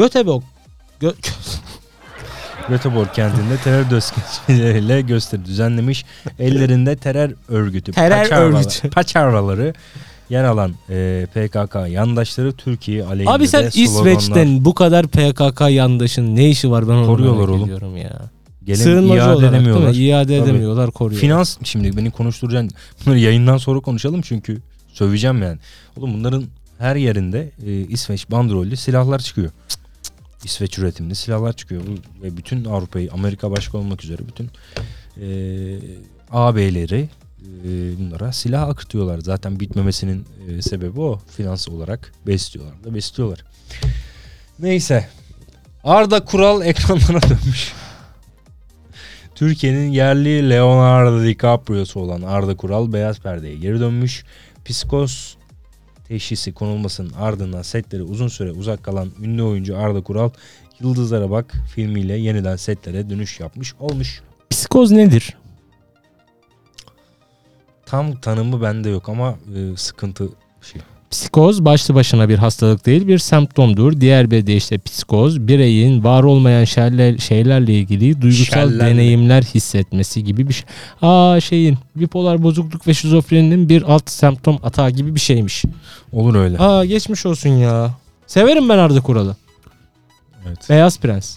Speaker 2: Göteborg kentinde terör gösterisiyle gösteri düzenlemiş. Ellerinde terör örgütü paçavraları yer alan PKK yandaşları Türkiye aleyhinde
Speaker 1: Abi sen İsveç'ten bu kadar PKK yandaşın ne işi var, ben onu
Speaker 2: koruyorlar
Speaker 1: merak
Speaker 2: oğlum.
Speaker 1: ediyorum ya.
Speaker 2: Gelin iade edemiyorlar.
Speaker 1: İade edemiyorlar, koruyorlar.
Speaker 2: Finans, şimdi beni konuşturacaksın. Bunları yayından sonra konuşalım çünkü söveceğim yani. Oğlum bunların her yerinde İsveç bandrollü silahlar çıkıyor. İsveç üretimli silahlar çıkıyor. Ve bütün Avrupa'yı, Amerika başka olmak üzere bütün AB'leri bunlara silah akıtıyorlar. Zaten bitmemesinin sebebi o. Finans olarak besliyorlar. Neyse. Arda Kural ekranlara dönmüş. Türkiye'nin yerli Leonardo DiCaprio'su olan Arda Kural beyaz perdeye geri dönmüş. Psikoz teşhisi konulmasının ardından setlere uzun süre uzak kalan ünlü oyuncu Arda Kural Yıldızlara Bak filmiyle yeniden setlere dönüş yapmış olmuş.
Speaker 1: Psikoz nedir?
Speaker 2: Tam tanımı bende yok ama sıkıntı bir şey.
Speaker 1: Psikoz başlı başına bir hastalık değil, bir semptomdur. Diğer bir deyişle psikoz, bireyin var olmayan şeylerle ilgili duygusal deneyimler hissetmesi gibi bir şey. Bipolar bozukluk ve şizofreninin bir alt semptom atağı gibi bir şeymiş.
Speaker 2: Olur öyle.
Speaker 1: Geçmiş olsun ya. Severim ben Arda Kural'ı.
Speaker 2: Evet.
Speaker 1: Beyaz Prens.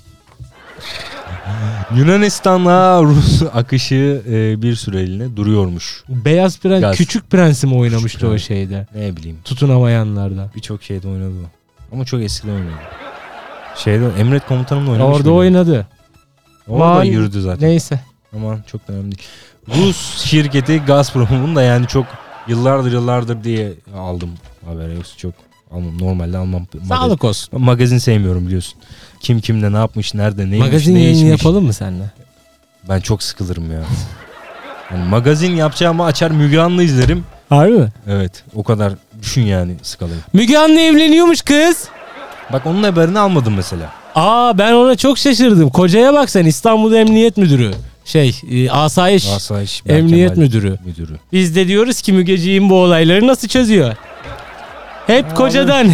Speaker 2: Yunanistan'la Rus akışı bir süreliğine duruyormuş.
Speaker 1: Beyaz Prens Küçük Prens'i mi oynamıştı o şeyde?
Speaker 2: Ne bileyim.
Speaker 1: Tutunamayanlarda.
Speaker 2: Birçok şeyde oynadı o. Ama çok eskiden oynadı. Emret Komutanım'la oynamış.
Speaker 1: Orada oynadı.
Speaker 2: Orada yürüdü zaten.
Speaker 1: Neyse.
Speaker 2: Aman çok önemli değil. Rus şirketi Gazprom'un da yani çok yıllardır diye aldım haberi, yoksa çok almam. Normalde almam.
Speaker 1: Sağlık olsun.
Speaker 2: Magazin sevmiyorum biliyorsun. Kim kimle ne yapmış, nerede neymiş,
Speaker 1: magazin yayını yapalım mı seninle?
Speaker 2: Ben çok sıkılırım ya. Yani magazin yapacağımı açar Müge Anlı izlerim.
Speaker 1: Harbi mi?
Speaker 2: Evet, o kadar düşün yani skalayı.
Speaker 1: Müge Anlı evleniyormuş kız.
Speaker 2: Bak onun haberini almadım mesela.
Speaker 1: Ben ona çok şaşırdım. Kocaya bak sen, İstanbul Emniyet Müdürü. Asayiş Emniyet Müdürü. Biz de diyoruz ki Mügeciğim bu olayları nasıl çözüyor? Hep kocadan.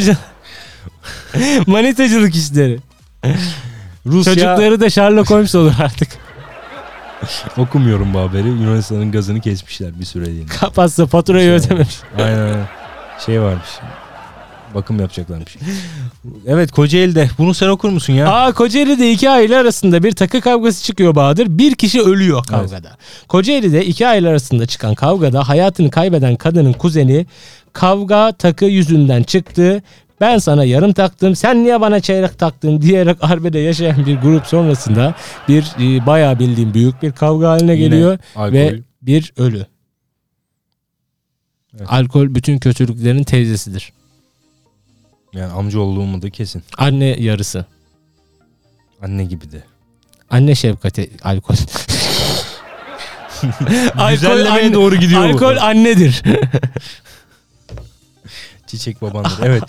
Speaker 1: Manitacılık işleri.
Speaker 2: Rusya...
Speaker 1: Çocukları da Sherlock Holmes olur artık.
Speaker 2: Okumuyorum bu haberi. Yunanistan'ın gazını kesmişler bir süreliğine.
Speaker 1: Kapatsa faturayı ödememiş.
Speaker 2: Aynen. Varmış. Bakım yapacaklarmış. Evet, Kocaeli'de. Bunu sen okur musun ya?
Speaker 1: Kocaeli'de iki aile arasında bir takı kavgası çıkıyor Bahadır. Bir kişi ölüyor kavgada. Evet. Kocaeli'de iki aile arasında çıkan kavgada hayatını kaybeden kadının kuzeni kavga takı yüzünden çıktı. Ben sana yarım taktım, sen niye bana çeyrek taktın diyerek arbede yaşayan bir grup sonrasında bir bayağı bildiğim büyük bir kavga haline geliyor. Alkol. Ve bir ölü. Evet. Alkol bütün kötülüklerin teyzesidir.
Speaker 2: Yani amcaoğlu olmadığı kesin.
Speaker 1: Anne yarısı.
Speaker 2: Anne gibi de.
Speaker 1: Anne şefkati alkol.
Speaker 2: Güzellemeye doğru gidiyor.
Speaker 1: Alkol annedir.
Speaker 2: Çiçek babandır. Evet.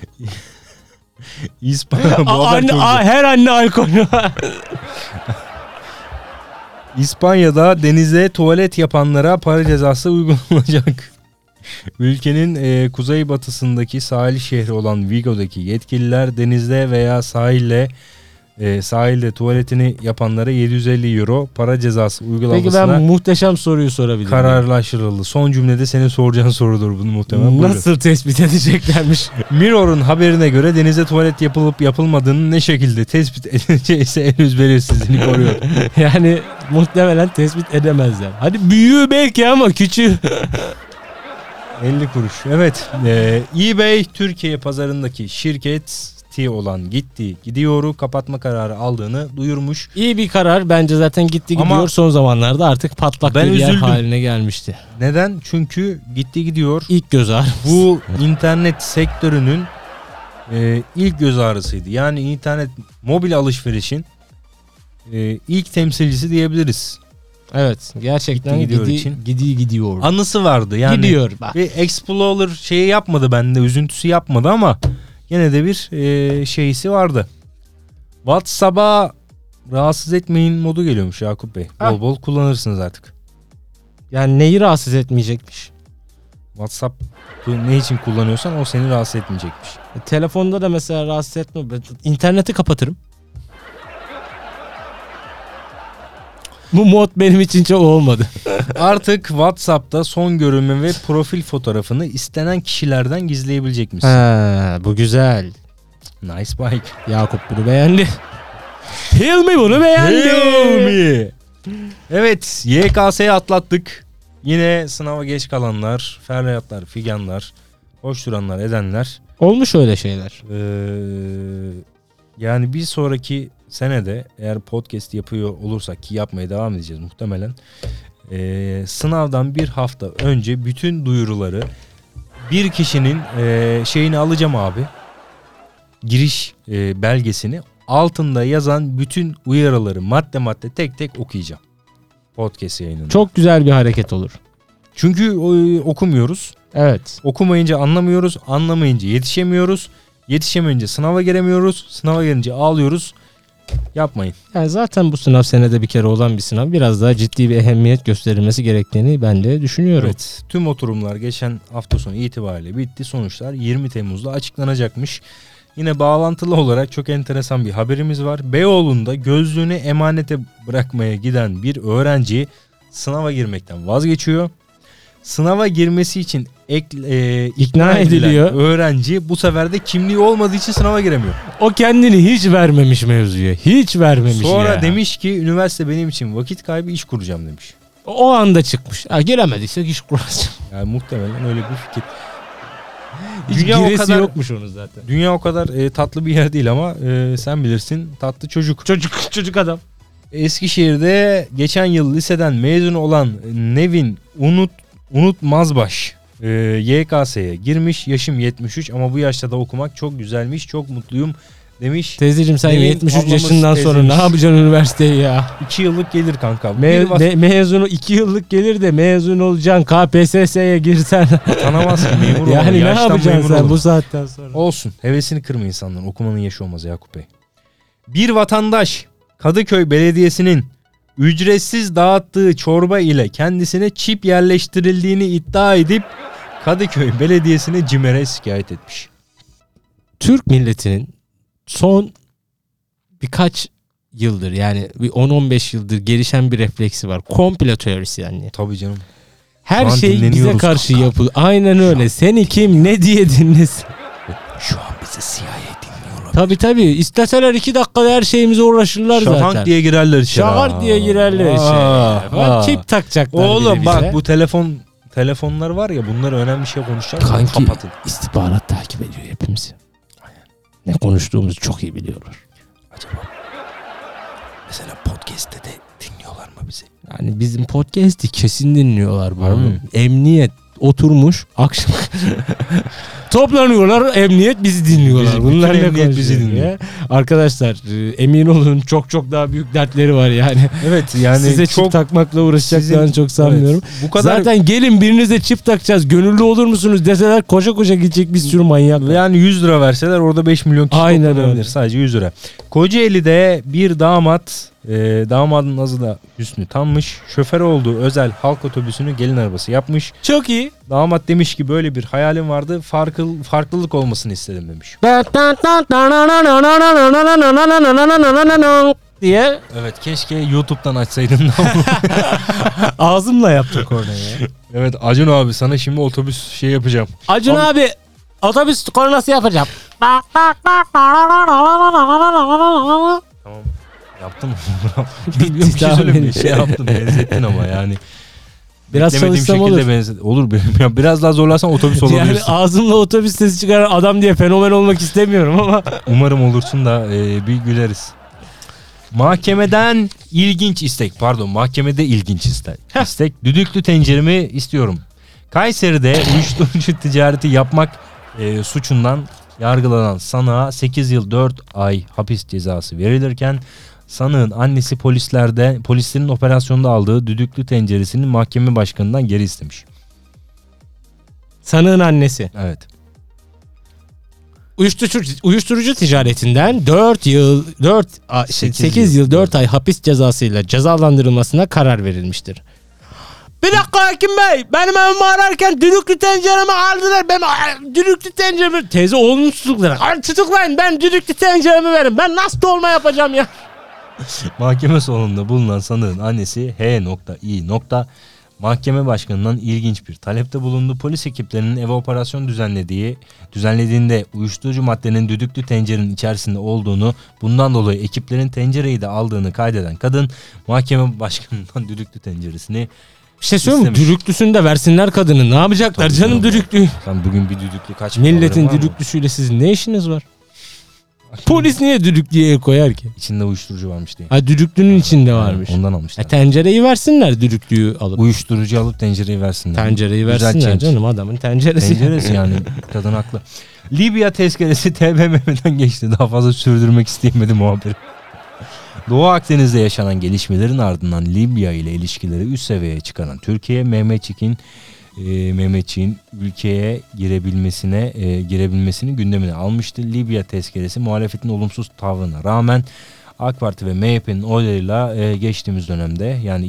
Speaker 2: İspanya bu haber çok güzel.
Speaker 1: Her anne alkol.
Speaker 2: İspanya'da denize tuvalet yapanlara para cezası uygulanacak. Ülkenin kuzeybatısındaki sahil şehri olan Vigo'daki yetkililer denizde veya sahilde tuvaletini yapanlara 750 euro para cezası uygulamasına.
Speaker 1: Peki ben muhteşem soruyu sorabilirim.
Speaker 2: Kararlaştırıldı. Son cümlede senin soracağın sorudur bunu muhtemelen.
Speaker 1: Nasıl tespit edeceklermiş?
Speaker 2: Mirror'un haberine göre denize tuvalet yapılıp yapılmadığını ne şekilde tespit edileceği henüz belirsizliğini koruyor.
Speaker 1: Yani muhtemelen tespit edemezler. Hadi büyüğü belki ama küçüğü.
Speaker 2: 50 kuruş. Evet. eBay Türkiye pazarındaki şirketi olan Gidiyor'u kapatma kararı aldığını duyurmuş.
Speaker 1: İyi bir karar bence, zaten Gidiyor son zamanlarda artık patlak bir yer haline gelmişti.
Speaker 2: Neden? Çünkü Gidiyor
Speaker 1: ilk göz ağrısı.
Speaker 2: Bu internet sektörünün ilk göz ağrısıydı. Yani internet mobil alışverişin ilk temsilcisi diyebiliriz.
Speaker 1: Evet, gerçekten gidiyor.
Speaker 2: Anısı vardı yani.
Speaker 1: Gidiyor bak.
Speaker 2: Bir Explorer şeyi yapmadı bende, üzüntüsü yapmadı ama yine de bir şeysi vardı. WhatsApp'a rahatsız etmeyin modu geliyormuş Yakup Bey. Bol bol kullanırsınız artık.
Speaker 1: Yani neyi rahatsız etmeyecekmiş?
Speaker 2: WhatsApp'ı ne için kullanıyorsan o seni rahatsız etmeyecekmiş.
Speaker 1: Telefonda da mesela rahatsız etme. Ben İnterneti kapatırım. Bu mod benim için çok olmadı.
Speaker 2: Artık WhatsApp'ta son görünme ve profil fotoğrafını istenen kişilerden gizleyebilecek misin?
Speaker 1: Bu güzel.
Speaker 2: Nice bike.
Speaker 1: Yakup bunu beğendi. Hilmi bunu beğendi.
Speaker 2: Hilmi. Evet, YKS'ye atlattık. Yine sınava geç kalanlar, feryatlar, figanlar, koşturanlar, edenler.
Speaker 1: Olmuş öyle şeyler.
Speaker 2: Yani bir sonraki senede eğer podcast yapıyor olursak ki yapmaya devam edeceğiz muhtemelen. Sınavdan bir hafta önce bütün duyuruları bir kişinin şeyini alacağım abi. Giriş belgesini altında yazan bütün uyarıları madde madde tek tek okuyacağım. Podcast yayınında.
Speaker 1: Çok güzel bir hareket olur.
Speaker 2: Çünkü okumuyoruz.
Speaker 1: Evet.
Speaker 2: Okumayınca anlamıyoruz. Anlamayınca yetişemiyoruz. Yetişemeyince sınava giremiyoruz. Sınava gelince ağlıyoruz. Yapmayın.
Speaker 1: Yani zaten bu sınav senede bir kere olan bir sınav. Biraz daha ciddi bir ehemmiyet gösterilmesi gerektiğini ben de düşünüyorum.
Speaker 2: Evet. Tüm oturumlar geçen hafta sonu itibariyle bitti. Sonuçlar 20 Temmuz'da açıklanacakmış. Yine bağlantılı olarak çok enteresan bir haberimiz var. Beyoğlu'nda gözlüğünü emanete bırakmaya giden bir öğrenci sınava girmekten vazgeçiyor. Sınava girmesi için ikna ediliyor. Öğrenci bu sefer de kimliği olmadığı için sınava giremiyor.
Speaker 1: O kendini hiç vermemiş mevzuya. Hiç vermemiş.
Speaker 2: Sonra
Speaker 1: ya.
Speaker 2: demiş ki üniversite benim için vakit kaybı, iş kuracağım demiş.
Speaker 1: O anda çıkmış. Giremediysek iş kuracağım.
Speaker 2: Yani muhtemelen öyle bir fikir.
Speaker 1: Hiç
Speaker 2: Dünya o
Speaker 1: giresi
Speaker 2: kadar
Speaker 1: yokmuş onun zaten.
Speaker 2: Dünya o kadar tatlı bir yer değil ama sen bilirsin, tatlı çocuk.
Speaker 1: Çocuk adam.
Speaker 2: Eskişehir'de geçen yıl liseden mezun olan Nevin Unutmazbaş YKS'ye girmiş. Yaşım 73 ama bu yaşta da okumak çok güzelmiş. Çok mutluyum demiş.
Speaker 1: Teyzeciğim sen
Speaker 2: Nevin
Speaker 1: 73 yaşından
Speaker 2: ablamız
Speaker 1: sonra
Speaker 2: teyzemiz.
Speaker 1: ne yapacaksın üniversiteyi ya?
Speaker 2: 2 yıllık gelir kanka.
Speaker 1: Mezunu 2 yıllık gelir de mezun olacaksın. KPSS'ye girsen.
Speaker 2: Tanamaz ki memur
Speaker 1: Yani ne
Speaker 2: yaştan
Speaker 1: yapacaksın
Speaker 2: memur
Speaker 1: sen
Speaker 2: olur.
Speaker 1: bu saatten sonra?
Speaker 2: Olsun. Hevesini kırma insanların. Okumanın yaşı olmaz Yakup Bey. Bir vatandaş Kadıköy Belediyesi'nin ücretsiz dağıttığı çorba ile kendisine çip yerleştirildiğini iddia edip Kadıköy Belediyesi'ne CİMER'e şikayet etmiş.
Speaker 1: Türk milletinin son birkaç yıldır yani bir 10-15 yıldır gelişen bir refleksi var. Komplo teorisi yani.
Speaker 2: Tabii canım.
Speaker 1: Her
Speaker 2: Şu an
Speaker 1: şey bize
Speaker 2: dinleniyoruz
Speaker 1: karşı
Speaker 2: kanka.
Speaker 1: yapılıyor. Aynen öyle. Seni kim ne diye dinlesin.
Speaker 2: Şu an bizi CIA dinliyorlar.
Speaker 1: Tabii. İsteseler 2 dakikada her şeyimize uğraşırlar zaten.
Speaker 2: Şafak diye girerler içeri.
Speaker 1: Şakar diye girerler içeri. Çip takacaklar
Speaker 2: Oğlum
Speaker 1: bize.
Speaker 2: bak bu telefonlar var ya, bunları önemli bir şey konuşacağız.
Speaker 1: Kanki
Speaker 2: Kapatın.
Speaker 1: istihbarat takip ediyor hepimizi. Ne konuştuğumuzu çok iyi biliyorlar.
Speaker 2: Acaba mesela podcast'te de dinliyorlar mı bizi?
Speaker 1: Yani bizim podcast'i kesin dinliyorlar bu
Speaker 2: Harbi
Speaker 1: arada.
Speaker 2: mi?
Speaker 1: Emniyet oturmuş akşam toplanıyorlar, emniyet bizi dinliyorlar.
Speaker 2: Bütün
Speaker 1: Bunlar ne
Speaker 2: emniyet bizi
Speaker 1: konuşuyor
Speaker 2: dinliyor.
Speaker 1: ya? Arkadaşlar emin olun çok daha büyük dertleri var yani.
Speaker 2: Evet yani
Speaker 1: Size
Speaker 2: çok
Speaker 1: çip takmakla uğraşacaklarını
Speaker 2: sizin-
Speaker 1: çok sanmıyorum.
Speaker 2: Evet, bu kadar
Speaker 1: Zaten gelin birinize çip takacağız, gönüllü olur musunuz deseler koşa gidecek bir sürü manyak.
Speaker 2: yani 100 lira verseler orada 5 milyon kişi
Speaker 1: Aynen
Speaker 2: toplanabilir.
Speaker 1: öyle.
Speaker 2: Sadece 100 lira. Kocaeli'de bir damadın adı da Hüsnü Tanmış. Şoför olduğu özel halk otobüsünü gelin arabası yapmış.
Speaker 1: Çok iyi.
Speaker 2: Damat demiş ki böyle bir hayalim vardı. Farklılık olmasını istedim demiş.
Speaker 1: diye
Speaker 2: Evet, keşke YouTube'dan açsaydın.
Speaker 1: ağzımla yaptım kornayı.
Speaker 2: Evet Acun abi, sana şimdi otobüs şey yapacağım.
Speaker 1: Acun abi otobüs kornası yapacağım.
Speaker 2: Tamam. Yaptım.
Speaker 1: Bitti,
Speaker 2: Bir şey söyleyeyim mi?
Speaker 1: tahmin.
Speaker 2: Şey yaptın, benzettin ama yani.
Speaker 1: Biraz
Speaker 2: Beklemediğim
Speaker 1: çalışsam
Speaker 2: şekilde
Speaker 1: olur.
Speaker 2: Olur benim. Ya biraz daha zorlarsan otobüs
Speaker 1: Yani
Speaker 2: olabilirsin.
Speaker 1: ağzımla otobüs sesi çıkaran adam diye fenomen olmak istemiyorum ama.
Speaker 2: Umarım olursun da bir güleriz. Mahkemede ilginç istek. Düdüklü tenceremi istiyorum. Kayseri'de uyuşturucu ticareti yapmak suçundan yargılanan sanığa 8 yıl 4 ay hapis cezası verilirken sanığın annesi polislerin operasyonda aldığı düdüklü tenceresini mahkeme başkanından geri istemiş.
Speaker 1: Sanığın annesi.
Speaker 2: Evet.
Speaker 1: Uyuşturucu ticaretinden 8 yıl 4 ay hapis cezasıyla cezalandırılmasına karar verilmiştir. Bir dakika hakim bey. Benim evimi ararken düdüklü tenceremi aldılar. Ben düdüklü tenceremi... Teyze oğlunu tutukladılar. Tutuklayın, ben düdüklü tenceremi verin. Ben nasıl dolma yapacağım ya?
Speaker 2: Mahkeme salonunda bulunan sanığın annesi H.İ. Mahkeme başkanından ilginç bir talepte bulundu. Polis ekiplerinin eve operasyon düzenlediğinde uyuşturucu maddenin düdüklü tencerenin içerisinde olduğunu, bundan dolayı ekiplerin tencereyi de aldığını kaydeden kadın mahkeme başkanından düdüklü tenceresini
Speaker 1: Bir şey söyleyeyim mi?
Speaker 2: İstemiş.
Speaker 1: Düdüklüsünü de versinler kadını. Ne yapacaklar
Speaker 2: Tabii
Speaker 1: canım
Speaker 2: canım.
Speaker 1: düdüklü?
Speaker 2: Sen bugün bir düdüklü kaç
Speaker 1: Milletin
Speaker 2: var mı?
Speaker 1: düdüklüsüyle sizin ne işiniz var? Polis niye düdüklüye el koyar ki?
Speaker 2: İçinde uyuşturucu varmış diye.
Speaker 1: Ha, düdüklünün içinde varmış.
Speaker 2: Ondan almışlar.
Speaker 1: Tencereyi versinler düdüklüyü alıp.
Speaker 2: Uyuşturucu alıp tencereyi versinler.
Speaker 1: Tencereyi
Speaker 2: Güzel
Speaker 1: versinler
Speaker 2: change.
Speaker 1: canım, adamın tenceresi.
Speaker 2: Tenceresi yani, kadın haklı. Libya tezkeresi TBMM'den geçti. Daha fazla sürdürmek isteyemedi muhabiri. Doğu Akdeniz'de yaşanan gelişmelerin ardından Libya ile ilişkileri üst seviyeye çıkaran Türkiye, Mehmetçik'in ülkeye girebilmesini gündemine almıştı. Libya tezkeresi muhalefetin olumsuz tavrına rağmen AK Parti ve MHP'nin oylarıyla geçtiğimiz dönemde, yani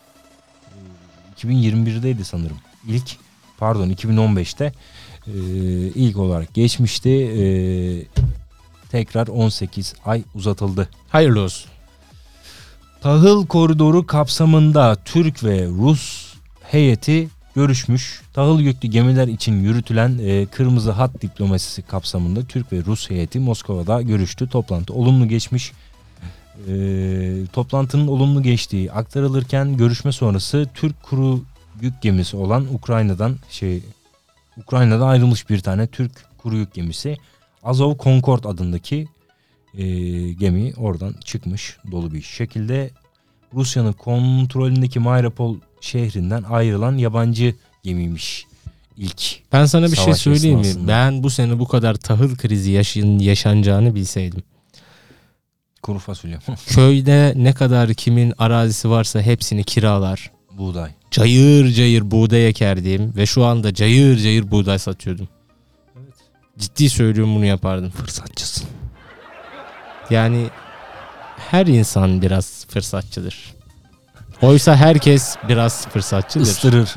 Speaker 2: 2021'deydi sanırım. 2015'te ilk olarak geçmişti. Tekrar 18 ay uzatıldı.
Speaker 1: Hayırlı olsun.
Speaker 2: Tahıl koridoru kapsamında Türk ve Rus heyeti görüşmüş. Tahıl yüklü gemiler için yürütülen Kırmızı Hat diplomasisi kapsamında Türk ve Rus heyeti Moskova'da görüştü. Toplantı olumlu geçmiş. Toplantının olumlu geçtiği aktarılırken görüşme sonrası Türk kuru yük gemisi olan Ukrayna'da ayrılmış bir tane Türk kuru yük gemisi Azov Concord adındaki gemi oradan çıkmış dolu bir şekilde. Rusya'nın kontrolündeki Mariupol şehrinden ayrılan yabancı gemiymiş ilk.
Speaker 1: Ben sana bir şey
Speaker 2: Savaş
Speaker 1: söyleyeyim mi?
Speaker 2: esnasında.
Speaker 1: Ben bu sene bu kadar tahıl krizi yaşanacağını bilseydim.
Speaker 2: Kuru fasulye.
Speaker 1: Köyde ne kadar kimin arazisi varsa hepsini kiralar.
Speaker 2: Buğday.
Speaker 1: Cayır cayır buğday ekerdim ve şu anda cayır cayır buğday satıyordum.
Speaker 2: Evet.
Speaker 1: Ciddi söylüyorum, bunu yapardım.
Speaker 2: Fırsatçısın.
Speaker 1: Yani her insan biraz fırsatçıdır. Oysa herkes biraz fırsatçıdır.
Speaker 2: Istırır.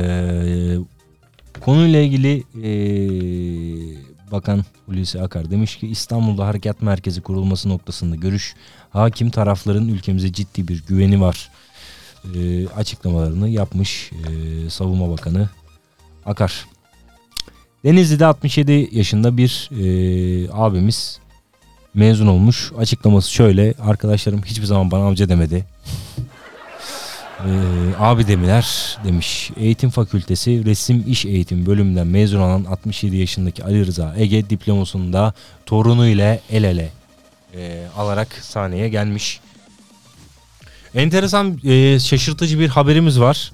Speaker 2: Konuyla ilgili Bakan Hulusi Akar demiş ki İstanbul'da harekat merkezi kurulması noktasında görüş hakim, tarafların ülkemize ciddi bir güveni var açıklamalarını yapmış Savunma Bakanı Akar. Denizli'de 67 yaşında bir abimiz mezun olmuş. Açıklaması şöyle: arkadaşlarım hiçbir zaman bana amca demedi. Abi demiler demiş. Eğitim Fakültesi Resim İş Eğitimi bölümünden mezun olan 67 yaşındaki Ali Rıza Ege diplomasını da torunu ile el ele alarak sahneye gelmiş. Enteresan, şaşırtıcı bir haberimiz var.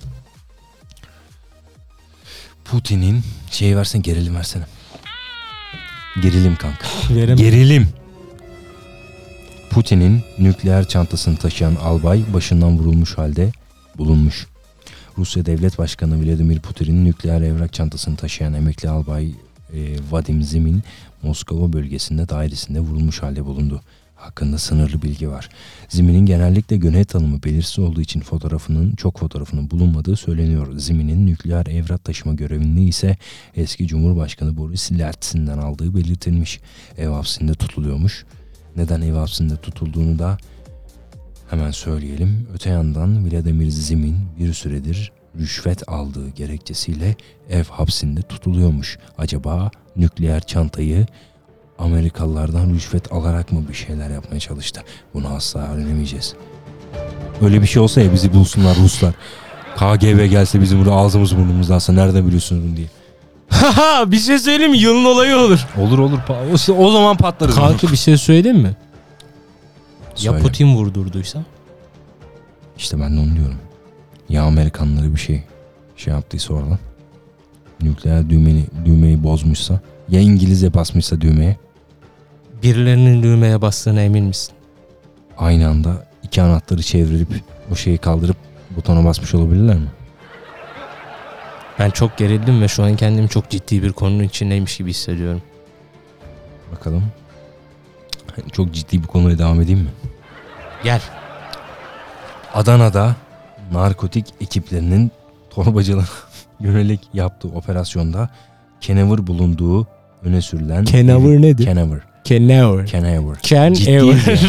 Speaker 2: Putin'in versene, gerilim versene. Gerilim kanka. Gerilim. Putin'in nükleer çantasını taşıyan albay başından vurulmuş halde bulunmuş. Rusya Devlet Başkanı Vladimir Putin'in nükleer evrak çantasını taşıyan emekli albay Vadim Zimin Moskova bölgesinde dairesinde vurulmuş halde bulundu. Hakkında sınırlı bilgi var. Zimin'in genellikle gönev tanımı belirsiz olduğu için çok fotoğrafının bulunmadığı söyleniyor. Zimin'in nükleer evrak taşıma görevini ise eski Cumhurbaşkanı Boris Yeltsin'den aldığı belirtilmiş. Ev hapsinde tutuluyormuş. Neden ev hapsinde tutulduğunu da hemen söyleyelim. Öte yandan Vladimir Zimin bir süredir rüşvet aldığı gerekçesiyle ev hapsinde tutuluyormuş. Acaba nükleer çantayı Amerikalılardan rüşvet alarak mı bir şeyler yapmaya çalıştı? Bunu asla öğrenemeyeceğiz. Öyle bir şey olsa ya, bizi bulsunlar Ruslar. KGB gelse bizim burada ağzımız burnumuz alsa, nereden biliyorsunuz bunu diye.
Speaker 1: Haha, bir şey söyleyeyim mi? Yılın olayı olur.
Speaker 2: Olur. O zaman patlarız.
Speaker 1: Kanka bir şey söyleyeyim mi?
Speaker 2: Söyle.
Speaker 1: Ya Putin vurdurduysa?
Speaker 2: İşte ben de onu diyorum. Ya Amerikanları bir şey yaptıysa oradan. Nükleer düğmeyi bozmuşsa. Ya İngilizce basmışsa düğmeye.
Speaker 1: Birilerinin düğmeye bastığına emin misin?
Speaker 2: Aynı anda iki anahtarı çevirip o şeyi kaldırıp butona basmış olabilirler mi?
Speaker 1: Ben çok gerildim ve şu an kendimi çok ciddi bir konunun içindeymiş gibi hissediyorum.
Speaker 2: Bakalım. Çok ciddi bir konuya devam edeyim mi?
Speaker 1: Gel.
Speaker 2: Adana'da narkotik ekiplerinin torbacılığına yönelik yaptığı operasyonda kenevir bulunduğu öne sürülen...
Speaker 1: Kenevir nedir?
Speaker 2: Kenevir.
Speaker 1: Kenevir.
Speaker 2: Kenevir.
Speaker 1: Kenevir.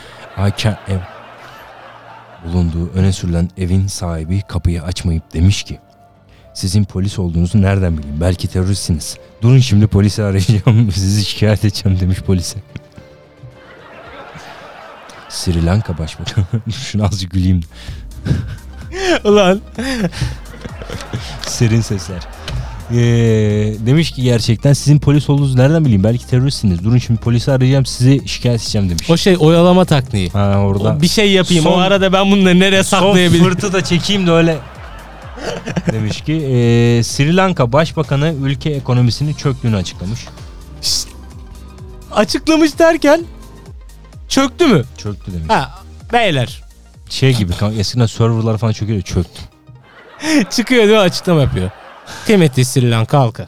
Speaker 2: Bulunduğu öne sürülen evin sahibi kapıyı açmayıp demiş ki, sizin polis olduğunuzu nereden bileyim? Belki teröristsiniz. Durun şimdi polisi arayacağım, sizi şikayet edeceğim demiş polise. Sri Lanka Başbakanı. Şunu azıcık güleyim.
Speaker 1: Ulan.
Speaker 2: Serin sesler. Demiş ki gerçekten sizin polis olduğunuzu nereden bileyim? Belki teröristsiniz. Durun şimdi polisi arayacağım, sizi şikayet edeceğim demiş.
Speaker 1: O oyalama tekniği.
Speaker 2: Ha orada.
Speaker 1: O bir şey yapayım. O arada ben bunları nereye saklayabilirim?
Speaker 2: Son fırtı da çekeyim de öyle. Demiş ki Sri Lanka Başbakanı ülke ekonomisinin çöktüğünü açıklamış.
Speaker 1: Açıklamış derken çöktü mü?
Speaker 2: Çöktü demiş.
Speaker 1: Ha, beyler.
Speaker 2: Şey gibi eskiden serverlar falan çöküyor, çöktü.
Speaker 1: Çıkıyor değil mi? Açıklama yapıyor. Kıymetli Sri Lanka halkı.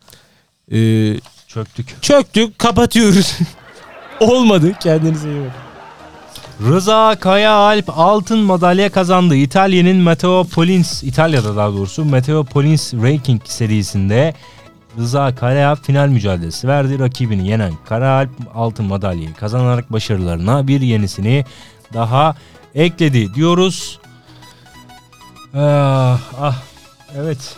Speaker 1: Çöktük, kapatıyoruz. Olmadı. Kendinize iyi bakın.
Speaker 2: Rıza Kayaalp altın madalya kazandı. İtalya'da daha doğrusu Meteopolis Ranking serisinde Rıza Kayaalp final mücadelesi verdi. Rakibini yenen Kayaalp altın madalyayı kazanarak başarılarına bir yenisini daha ekledi diyoruz. Evet.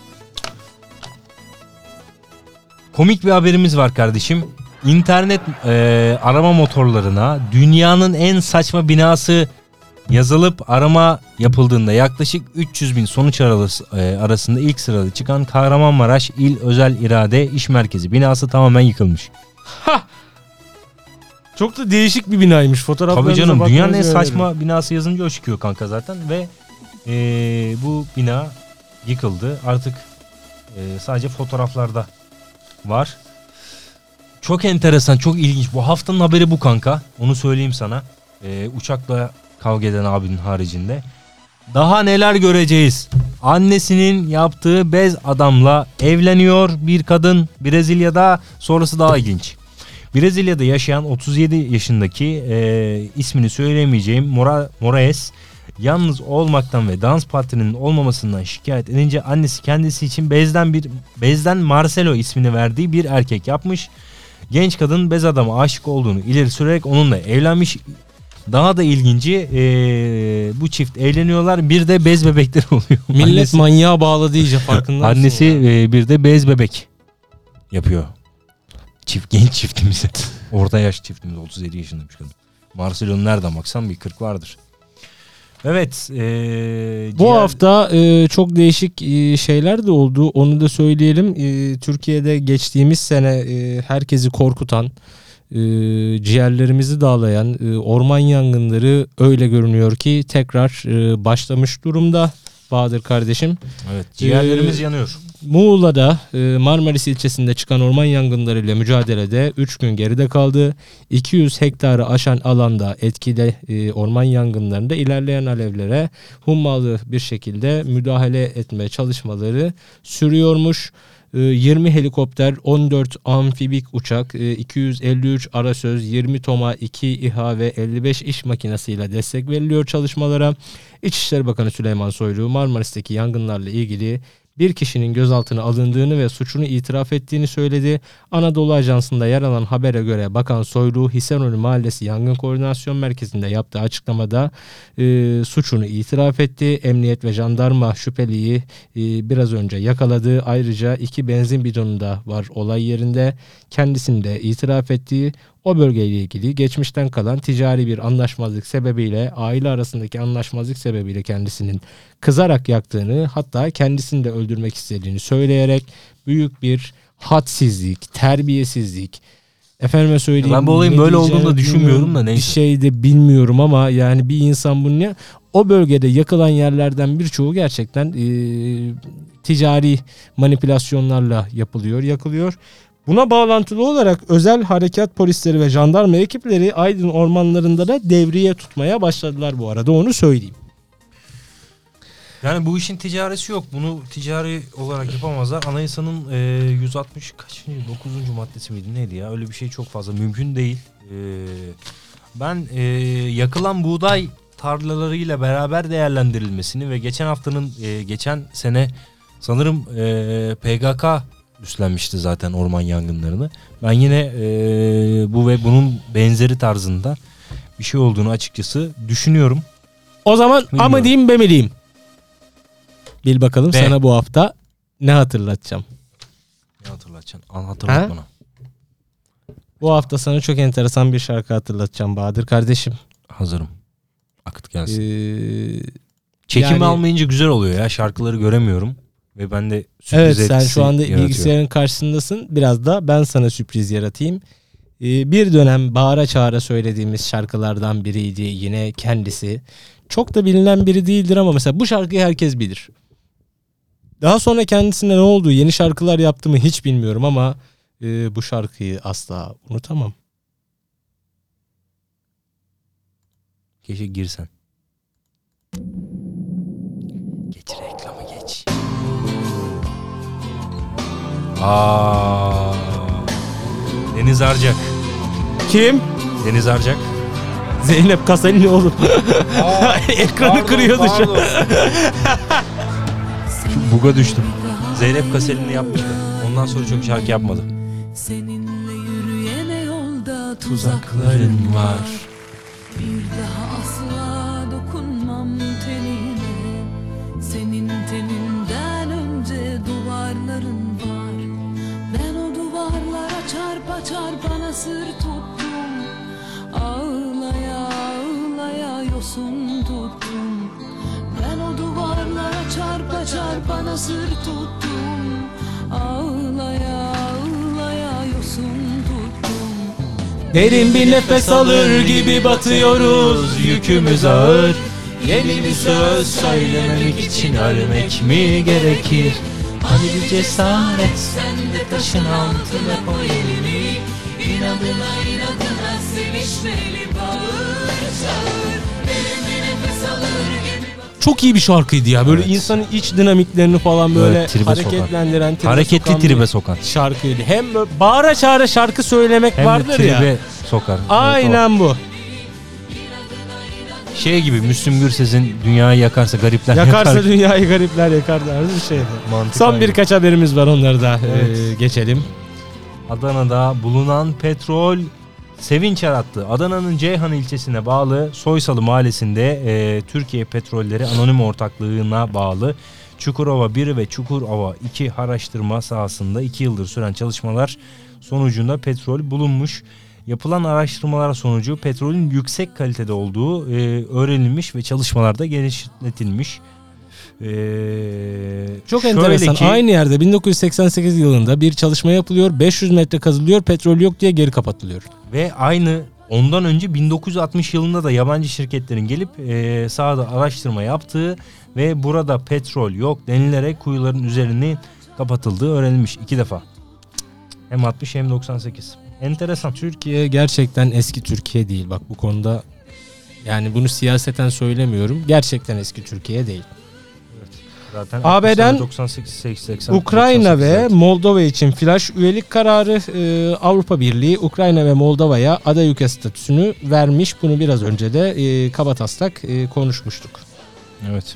Speaker 2: Komik bir haberimiz var kardeşim. İnternet arama motorlarına dünyanın en saçma binası yazılıp arama yapıldığında yaklaşık 300.000 sonuç arasında ilk sırada çıkan Kahramanmaraş İl Özel İrade İş Merkezi binası tamamen yıkılmış.
Speaker 1: Çok da değişik bir binaymış. Fotoğraflarınıza
Speaker 2: tabii canım, dünyanın en saçma
Speaker 1: öğrenelim.
Speaker 2: binası yazınca o çıkıyor kanka zaten ve bu bina yıkıldı. Artık sadece fotoğraflarda var. Çok enteresan, çok ilginç. Bu haftanın haberi bu kanka. Onu söyleyeyim sana. Uçakla kavga eden abinin haricinde. Daha neler göreceğiz? Annesinin yaptığı bez adamla evleniyor bir kadın Brezilya'da. Sonrası daha ilginç. Brezilya'da yaşayan 37 yaşındaki ismini söyleyemeyeceğim Moraes yalnız olmaktan ve dans partnerinin olmamasından şikayet edince annesi kendisi için bezden Marcelo ismini verdiği bir erkek yapmış. Genç kadın bez adama aşık olduğunu ileri sürerek onunla evlenmiş. Daha da ilginci bu çift evleniyorlar, bir de bez bebekleri oluyor.
Speaker 1: Millet manyağa bağladı iyice, farkında mısın?
Speaker 2: Annesi bir de bez bebek yapıyor. Genç çiftimize. Orta yaş çiftimiz 37 yaşında bir kadın. Marcelo'nun nereden baksan bir 40 vardır. Evet.
Speaker 1: Bu hafta çok değişik şeyler de oldu. Onu da söyleyelim. Türkiye'de geçtiğimiz sene herkesi korkutan, ciğerlerimizi dağlayan orman yangınları öyle görünüyor ki tekrar başlamış durumda Bahadır kardeşim.
Speaker 2: Evet, ciğerlerimiz yanıyor.
Speaker 1: Muğla'da Marmaris ilçesinde çıkan orman yangınlarıyla mücadelede 3 gün geride kaldı. 200 hektarı aşan alanda etkili orman yangınlarında ilerleyen alevlere hummalı bir şekilde müdahale etme çalışmaları sürüyormuş. 20 helikopter, 14 amfibik uçak, 253 arasöz, 20 TOMA, 2 İHA ve 55 iş makinesiyle destek veriliyor çalışmalara. İçişleri Bakanı Süleyman Soylu Marmaris'teki yangınlarla ilgili bir kişinin gözaltına alındığını ve suçunu itiraf ettiğini söyledi. Anadolu Ajansı'nda yer alan habere göre Bakan Soylu, Hisarönü Mahallesi Yangın Koordinasyon Merkezi'nde yaptığı açıklamada suçunu itiraf etti. Emniyet ve jandarma şüpheliyi biraz önce yakaladı. Ayrıca 2 benzin bidonu da var olay yerinde. Kendisinin de itiraf ettiği, o bölgeyle ilgili geçmişten kalan ticari bir anlaşmazlık sebebiyle, aile arasındaki anlaşmazlık sebebiyle kendisinin kızarak yaktığını, hatta kendisini de öldürmek istediğini söyleyerek büyük bir hadsizlik, terbiyesizlik, efendime söyleyeyim.
Speaker 2: Ben bu olayın böyle olduğunu da düşünmüyorum da neyse.
Speaker 1: Bir şey de bilmiyorum ama yani bir insan bunu ne? O bölgede yakılan yerlerden birçoğu gerçekten ticari manipülasyonlarla yakılıyor. Buna bağlantılı olarak özel harekat polisleri ve jandarma ekipleri Aydın ormanlarında da devriye tutmaya başladılar bu arada, onu söyleyeyim.
Speaker 2: Yani bu işin ticaresi yok. Bunu ticari olarak yapamazlar. Anayasanın 160 kaçıncı 9. maddesi miydi neydi ya? Öyle bir şey çok fazla mümkün değil. Ben yakılan buğday tarlalarıyla beraber değerlendirilmesini ve geçen sene sanırım PKK üstlenmişti zaten orman yangınlarını. Ben yine bu ve bunun benzeri tarzında bir şey olduğunu açıkçası düşünüyorum.
Speaker 1: O zaman
Speaker 2: Bilmiyorum.
Speaker 1: ama diyeyim be mi diyeyim? Bil bakalım
Speaker 2: Be.
Speaker 1: sana bu hafta ne hatırlatacağım.
Speaker 2: Ne hatırlatacaksın? Hatırlat
Speaker 1: Ha?
Speaker 2: bana.
Speaker 1: Bu hafta sana çok enteresan bir şarkı hatırlatacağım Bahadır kardeşim.
Speaker 2: Hazırım. Akıt gelsin.
Speaker 1: Yani-
Speaker 2: Çekim almayınca güzel oluyor ya. Şarkıları göremiyorum. Ve ben de
Speaker 1: Evet,
Speaker 2: sürpriz
Speaker 1: sen
Speaker 2: etkisi
Speaker 1: şu anda
Speaker 2: yaratıyor.
Speaker 1: bilgisayarın karşısındasın. Biraz da ben sana sürpriz yaratayım. Bir dönem bağıra çağıra söylediğimiz şarkılardan biriydi yine kendisi. Çok da bilinen biri değildir ama mesela bu şarkıyı herkes bilir. Daha sonra kendisine ne oldu, yeni şarkılar yaptı mı hiç bilmiyorum ama bu şarkıyı asla unutamam.
Speaker 2: Keşke girsen. Geç reklamı geç. Deniz Arcak.
Speaker 1: Kim?
Speaker 2: Deniz Arcak.
Speaker 1: Zeynep Kasani ne olur? Ekranı kırıyordu şu an.
Speaker 2: Buga düştüm. Zeynep Kaselini yapmıştı. Ondan sonra çok şarkı yapmadı.
Speaker 3: Seninle yürüyene yolda
Speaker 2: Tuzakların var.
Speaker 3: Bir daha asla dokunmam tenine. Senin teninden önce duvarların var. Ben o duvarlara çarpa çarpa nasır tuttum. Ağlaya ağlaya yosun tuttum. Ben o duvarlara çarpa çarpa nasır tuttum. Ağlaya ağlaya yosun tuttum.
Speaker 1: Derin bir nefes alır gibi batıyoruz, yükümüz ağır.
Speaker 2: Yeni bir söz söylemek için ölmek mi gerekir? Hani bir cesaret
Speaker 3: Sen de taşın altına koy elini. İnadına inadına sevişmeli bağır çağır. Derin bir nefes alır gibi.
Speaker 1: Çok iyi bir şarkıydı ya. Böyle
Speaker 2: Evet.
Speaker 1: insanın iç dinamiklerini falan böyle
Speaker 2: Evet, tribe
Speaker 1: hareketlendiren, tribe
Speaker 2: hareketli
Speaker 1: sokan bir
Speaker 2: tribe sokan.
Speaker 1: şarkıydı. Hem böyle bağıra çağıra şarkı söylemek
Speaker 2: Hem de
Speaker 1: vardır
Speaker 2: tribe
Speaker 1: ya.
Speaker 2: sokar. Evet,
Speaker 1: Aynen bu.
Speaker 2: o. Şey gibi Müslüm Gürses'in Dünyayı Yakarsa Garipler
Speaker 1: Yakarsa
Speaker 2: Yakar.
Speaker 1: dünyayı garipler yakar tarzı bir şeydi.
Speaker 2: Mantık
Speaker 1: Son
Speaker 2: aynı.
Speaker 1: birkaç haberimiz var, onları da
Speaker 2: Evet.
Speaker 1: geçelim.
Speaker 2: Adana'da bulunan petrol sevinç yarattı. Adana'nın Ceyhan ilçesine bağlı Soysalı mahallesinde Türkiye Petrolleri Anonim Ortaklığı'na bağlı Çukurova 1 ve Çukurova 2 araştırma sahasında 2 yıldır süren çalışmalar sonucunda petrol bulunmuş. Yapılan araştırmalar sonucu petrolün yüksek kalitede olduğu öğrenilmiş ve çalışmalarda genişletilmiş.
Speaker 1: Çok
Speaker 2: Şöyle
Speaker 1: enteresan.
Speaker 2: ki-
Speaker 1: Aynı yerde 1988 yılında bir çalışma yapılıyor. 500 metre kazılıyor. Petrol yok diye geri kapatılıyor.
Speaker 2: Ve aynı ondan önce 1960 yılında da yabancı şirketlerin gelip sahada araştırma yaptığı ve burada petrol yok denilerek kuyuların üzerinin kapatıldığı öğrenilmiş 2 defa. Hem 60 hem 98. Enteresan.
Speaker 1: Türkiye gerçekten eski Türkiye değil. Bak bu konuda, yani bunu siyaseten söylemiyorum. Gerçekten eski Türkiye değil.
Speaker 2: Zaten
Speaker 1: AB'den
Speaker 2: 98, 80,
Speaker 1: Ukrayna
Speaker 2: 98,
Speaker 1: ve
Speaker 2: evet.
Speaker 1: Moldova için flash üyelik kararı, Avrupa Birliği Ukrayna ve Moldova'ya aday ülke statüsünü vermiş. Bunu biraz önce de kabataslak konuşmuştuk.
Speaker 2: Evet.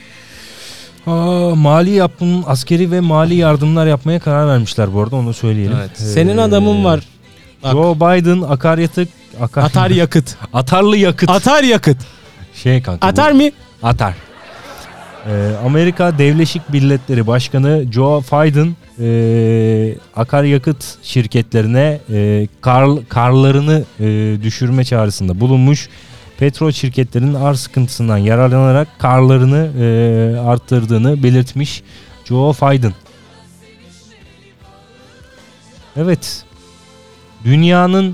Speaker 2: Askeri ve mali yardımlar yapmaya karar vermişler bu arada, onu söyleyelim.
Speaker 1: Evet. Senin adamın var. Bak.
Speaker 2: Joe Biden
Speaker 1: Atar yakıt.
Speaker 2: atarlı yakıt.
Speaker 1: Atar yakıt.
Speaker 2: Şey kanka.
Speaker 1: Atar mı?
Speaker 2: Atar. Amerika Devleşik Milletleri Başkanı Joe Biden akaryakıt şirketlerine karlarını düşürme çağrısında bulunmuş. Petrol şirketlerinin arz sıkıntısından yararlanarak karlarını arttırdığını belirtmiş Joe Biden. Evet. Dünyanın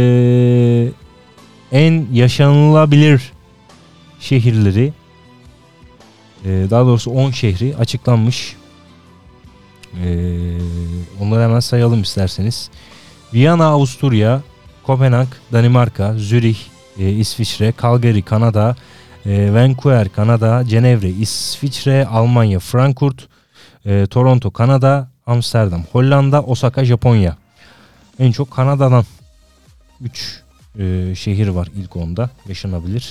Speaker 2: en yaşanılabilir şehirleri, daha doğrusu 10 şehri açıklanmış. Onları hemen sayalım isterseniz. Viyana, Avusturya; Kopenhag, Danimarka; Zürih, İsviçre; Calgary, Kanada; Vancouver, Kanada; Cenevre, İsviçre; Almanya, Frankfurt; Toronto, Kanada; Amsterdam, Hollanda; Osaka, Japonya. En çok Kanada'dan 3 şehir var ilk 10'da yaşanabilir.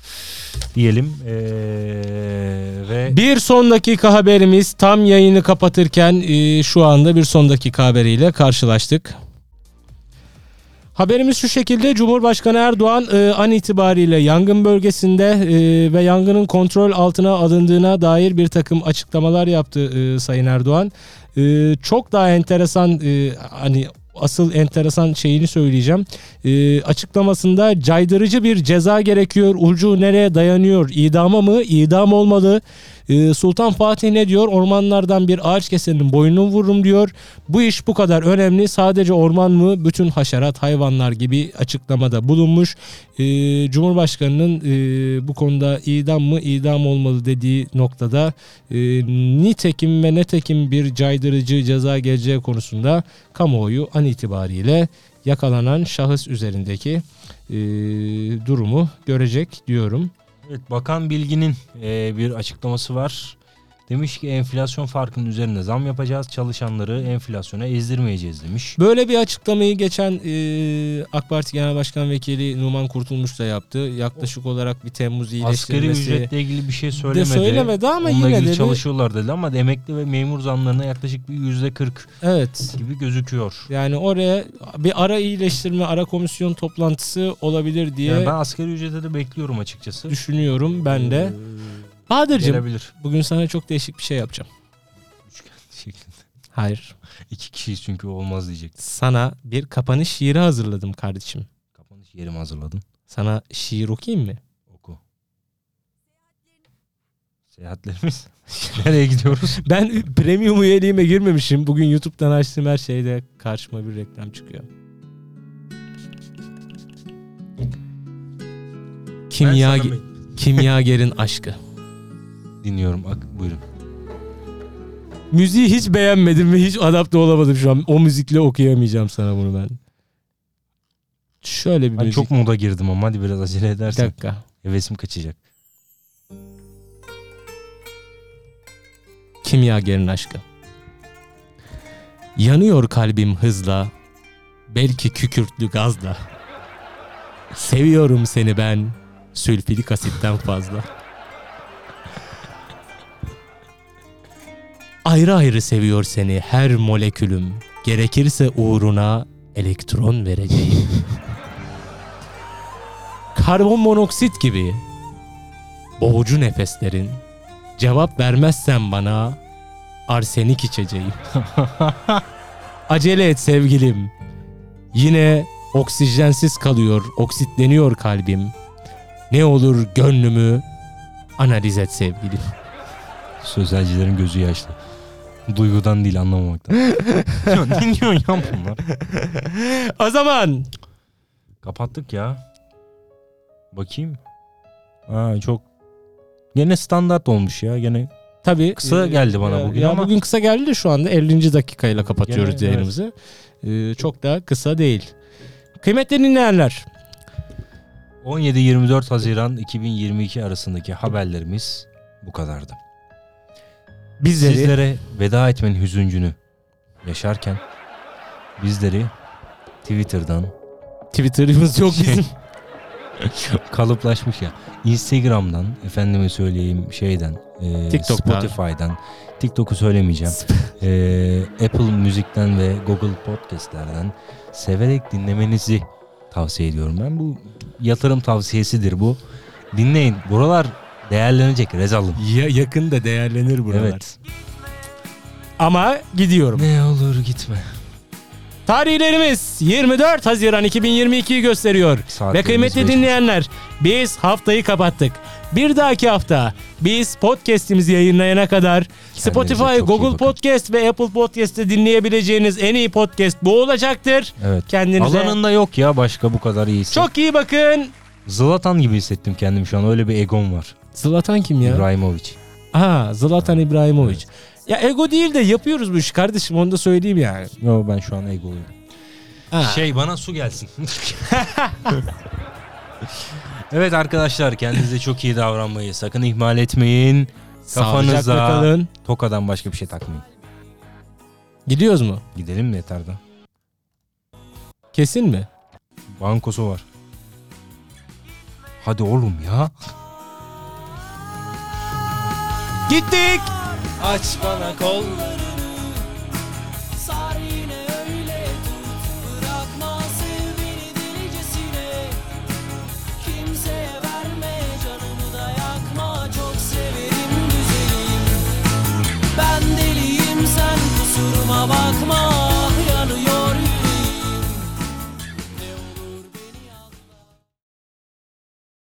Speaker 2: diyelim. Ve
Speaker 1: Bir son dakika haberimiz, tam yayını kapatırken şu anda bir son dakika haberiyle karşılaştık. Haberimiz şu şekilde: Cumhurbaşkanı Erdoğan an itibariyle yangın bölgesinde ve yangının kontrol altına alındığına dair bir takım açıklamalar yaptı Sayın Erdoğan. Çok daha enteresan, hani asıl enteresan şeyini söyleyeceğim. Açıklamasında caydırıcı bir ceza gerekiyor. Ucu nereye dayanıyor? İdama mı? İdam olmalı. Sultan Fatih ne diyor? Ormanlardan bir ağaç kesenin boynunu vururum diyor. Bu iş bu kadar önemli. Sadece orman mı? Bütün haşerat, hayvanlar gibi açıklamada bulunmuş. Cumhurbaşkanının bu konuda idam mı? İdam olmalı dediği noktada nitekim ve netekim bir caydırıcı ceza geleceği konusunda kamuoyu an itibariyle yakalanan şahıs üzerindeki durumu görecek diyorum.
Speaker 2: evet, Bakan Bilgin'in bir açıklaması var. Demiş ki enflasyon farkının üzerine zam yapacağız. Çalışanları enflasyona ezdirmeyeceğiz demiş.
Speaker 1: Böyle bir açıklamayı geçen AK Parti Genel Başkan Vekili Numan Kurtulmuş da yaptı. Yaklaşık olarak bir Temmuz
Speaker 2: Asgari
Speaker 1: iyileştirilmesi
Speaker 2: ücretle ilgili bir şey
Speaker 1: de
Speaker 2: söylemedi.
Speaker 1: söylemedi ama
Speaker 2: onunla
Speaker 1: yine
Speaker 2: ilgili
Speaker 1: de
Speaker 2: çalışıyorlar dedi ama emekli ve memur zamlarına yaklaşık bir %40
Speaker 1: evet.
Speaker 2: gibi gözüküyor.
Speaker 1: Yani oraya bir ara iyileştirme, ara komisyon toplantısı olabilir diye
Speaker 2: Yani ben asgari ücrete de bekliyorum açıkçası.
Speaker 1: düşünüyorum ben de. Bahadır'cığım,
Speaker 2: Gelebilir.
Speaker 1: bugün sana çok değişik bir şey yapacağım.
Speaker 2: Üçgen şeklinde.
Speaker 1: Hayır.
Speaker 2: 2 kişiyiz çünkü olmaz diyecektim.
Speaker 1: Sana bir kapanış şiiri hazırladım kardeşim.
Speaker 2: Kapanış yerimi hazırladın.
Speaker 1: Sana şiir okuyayım mı?
Speaker 2: Oku. Seyahatlerimiz. Nereye gidiyoruz?
Speaker 1: Ben premium üyeliğime girmemişim. Bugün YouTube'dan açtığım her şeyde karşıma bir reklam çıkıyor. Kimyagerin aşkı.
Speaker 2: Dinliyorum. Buyurun.
Speaker 1: Müziği hiç beğenmedim ve hiç adapte olamadım şu an. O müzikle okuyamayacağım sana bunu ben. Şöyle bir
Speaker 2: Ben
Speaker 1: müzik.
Speaker 2: çok moda girdim ama hadi biraz acele
Speaker 1: Bir
Speaker 2: edersen.
Speaker 1: dakika.
Speaker 2: Hevesim kaçacak.
Speaker 1: Kimyagerin aşkı. Yanıyor kalbim hızla, belki kükürtlü gazla. Seviyorum seni ben, sülfürik asitten fazla. Ayrı ayrı seviyor seni her molekülüm. Gerekirse uğruna elektron vereceğim. Karbon monoksit gibi boğucu nefeslerin, cevap vermezsen bana arsenik içeceğim. Acele et sevgilim. Yine oksijensiz kalıyor, oksitleniyor kalbim. Ne olur gönlümü analiz et sevgilim.
Speaker 2: Sözelcilerin gözü yaşlı. Duygudan değil, anlamamaktan. Ya ne diyorsun ya bunlar?
Speaker 1: O zaman
Speaker 2: Kapattık ya. Bakayım. Çok gene standart olmuş ya. Gene
Speaker 1: tabii
Speaker 2: kısa geldi bana bugün
Speaker 1: ya
Speaker 2: ama
Speaker 1: bugün kısa geldi de şu anda 50. dakikayla kapatıyoruz
Speaker 2: Gene,
Speaker 1: yayınımızı. Çok da kısa değil. Kıymetli dinleyenler,
Speaker 2: 17-24 Haziran 2022 arasındaki haberlerimiz bu kadardı.
Speaker 1: bizleri
Speaker 2: Sizlere veda etmenin hüzüncünü yaşarken bizleri
Speaker 1: Twitter'ımız yok bizim.
Speaker 2: kalıplaşmış ya. Instagram'dan, efendime söyleyeyim
Speaker 1: TikTok'tan.
Speaker 2: Spotify'dan, TikTok'u söylemeyeceğim. Apple Müzik'ten ve Google Podcast'lerden severek dinlemenizi tavsiye ediyorum. Ben bu yatırım tavsiyesidir bu. Dinleyin. Buralar değerlenecek. Rezalım.
Speaker 1: Yakında değerlenir buralar.
Speaker 2: Evet.
Speaker 1: Ama gidiyorum.
Speaker 2: Ne olur gitme.
Speaker 1: Tarihlerimiz 24 Haziran 2022'yi gösteriyor.
Speaker 2: Saatlerimiz
Speaker 1: Ve kıymetli
Speaker 2: geçmiş.
Speaker 1: dinleyenler, biz haftayı kapattık. Bir dahaki hafta biz podcast'imizi yayınlayana kadar Spotify,
Speaker 2: çok iyi
Speaker 1: Google
Speaker 2: bakın.
Speaker 1: Podcast ve Apple Podcast'te dinleyebileceğiniz en iyi podcast bu olacaktır.
Speaker 2: Evet.
Speaker 1: Kendinize
Speaker 2: Alanında yok ya başka bu kadar iyisi.
Speaker 1: çok iyi bakın.
Speaker 2: Zlatan gibi hissettim kendimi şu an. Öyle bir egom var.
Speaker 1: Zlatan kim ya?
Speaker 2: İbrahimovic.
Speaker 1: Zlatan İbrahimovic. Ya ego değil de yapıyoruz bu işi kardeşim, onu da söyleyeyim yani.
Speaker 2: Yo, ben şu an egoluyum.
Speaker 1: Ha.
Speaker 2: Bana su gelsin. Evet arkadaşlar, kendinize çok iyi davranmayı sakın ihmal etmeyin.
Speaker 1: Sağlıcakla
Speaker 2: Kafanıza
Speaker 1: kalın.
Speaker 2: tokadan başka bir şey takmayın.
Speaker 1: Gidiyoruz mu?
Speaker 2: Gidelim mi yeterden?
Speaker 1: Kesin mi?
Speaker 2: Bankosu var. Hadi oğlum ya.
Speaker 1: Gittik.
Speaker 2: Aç bana kolları.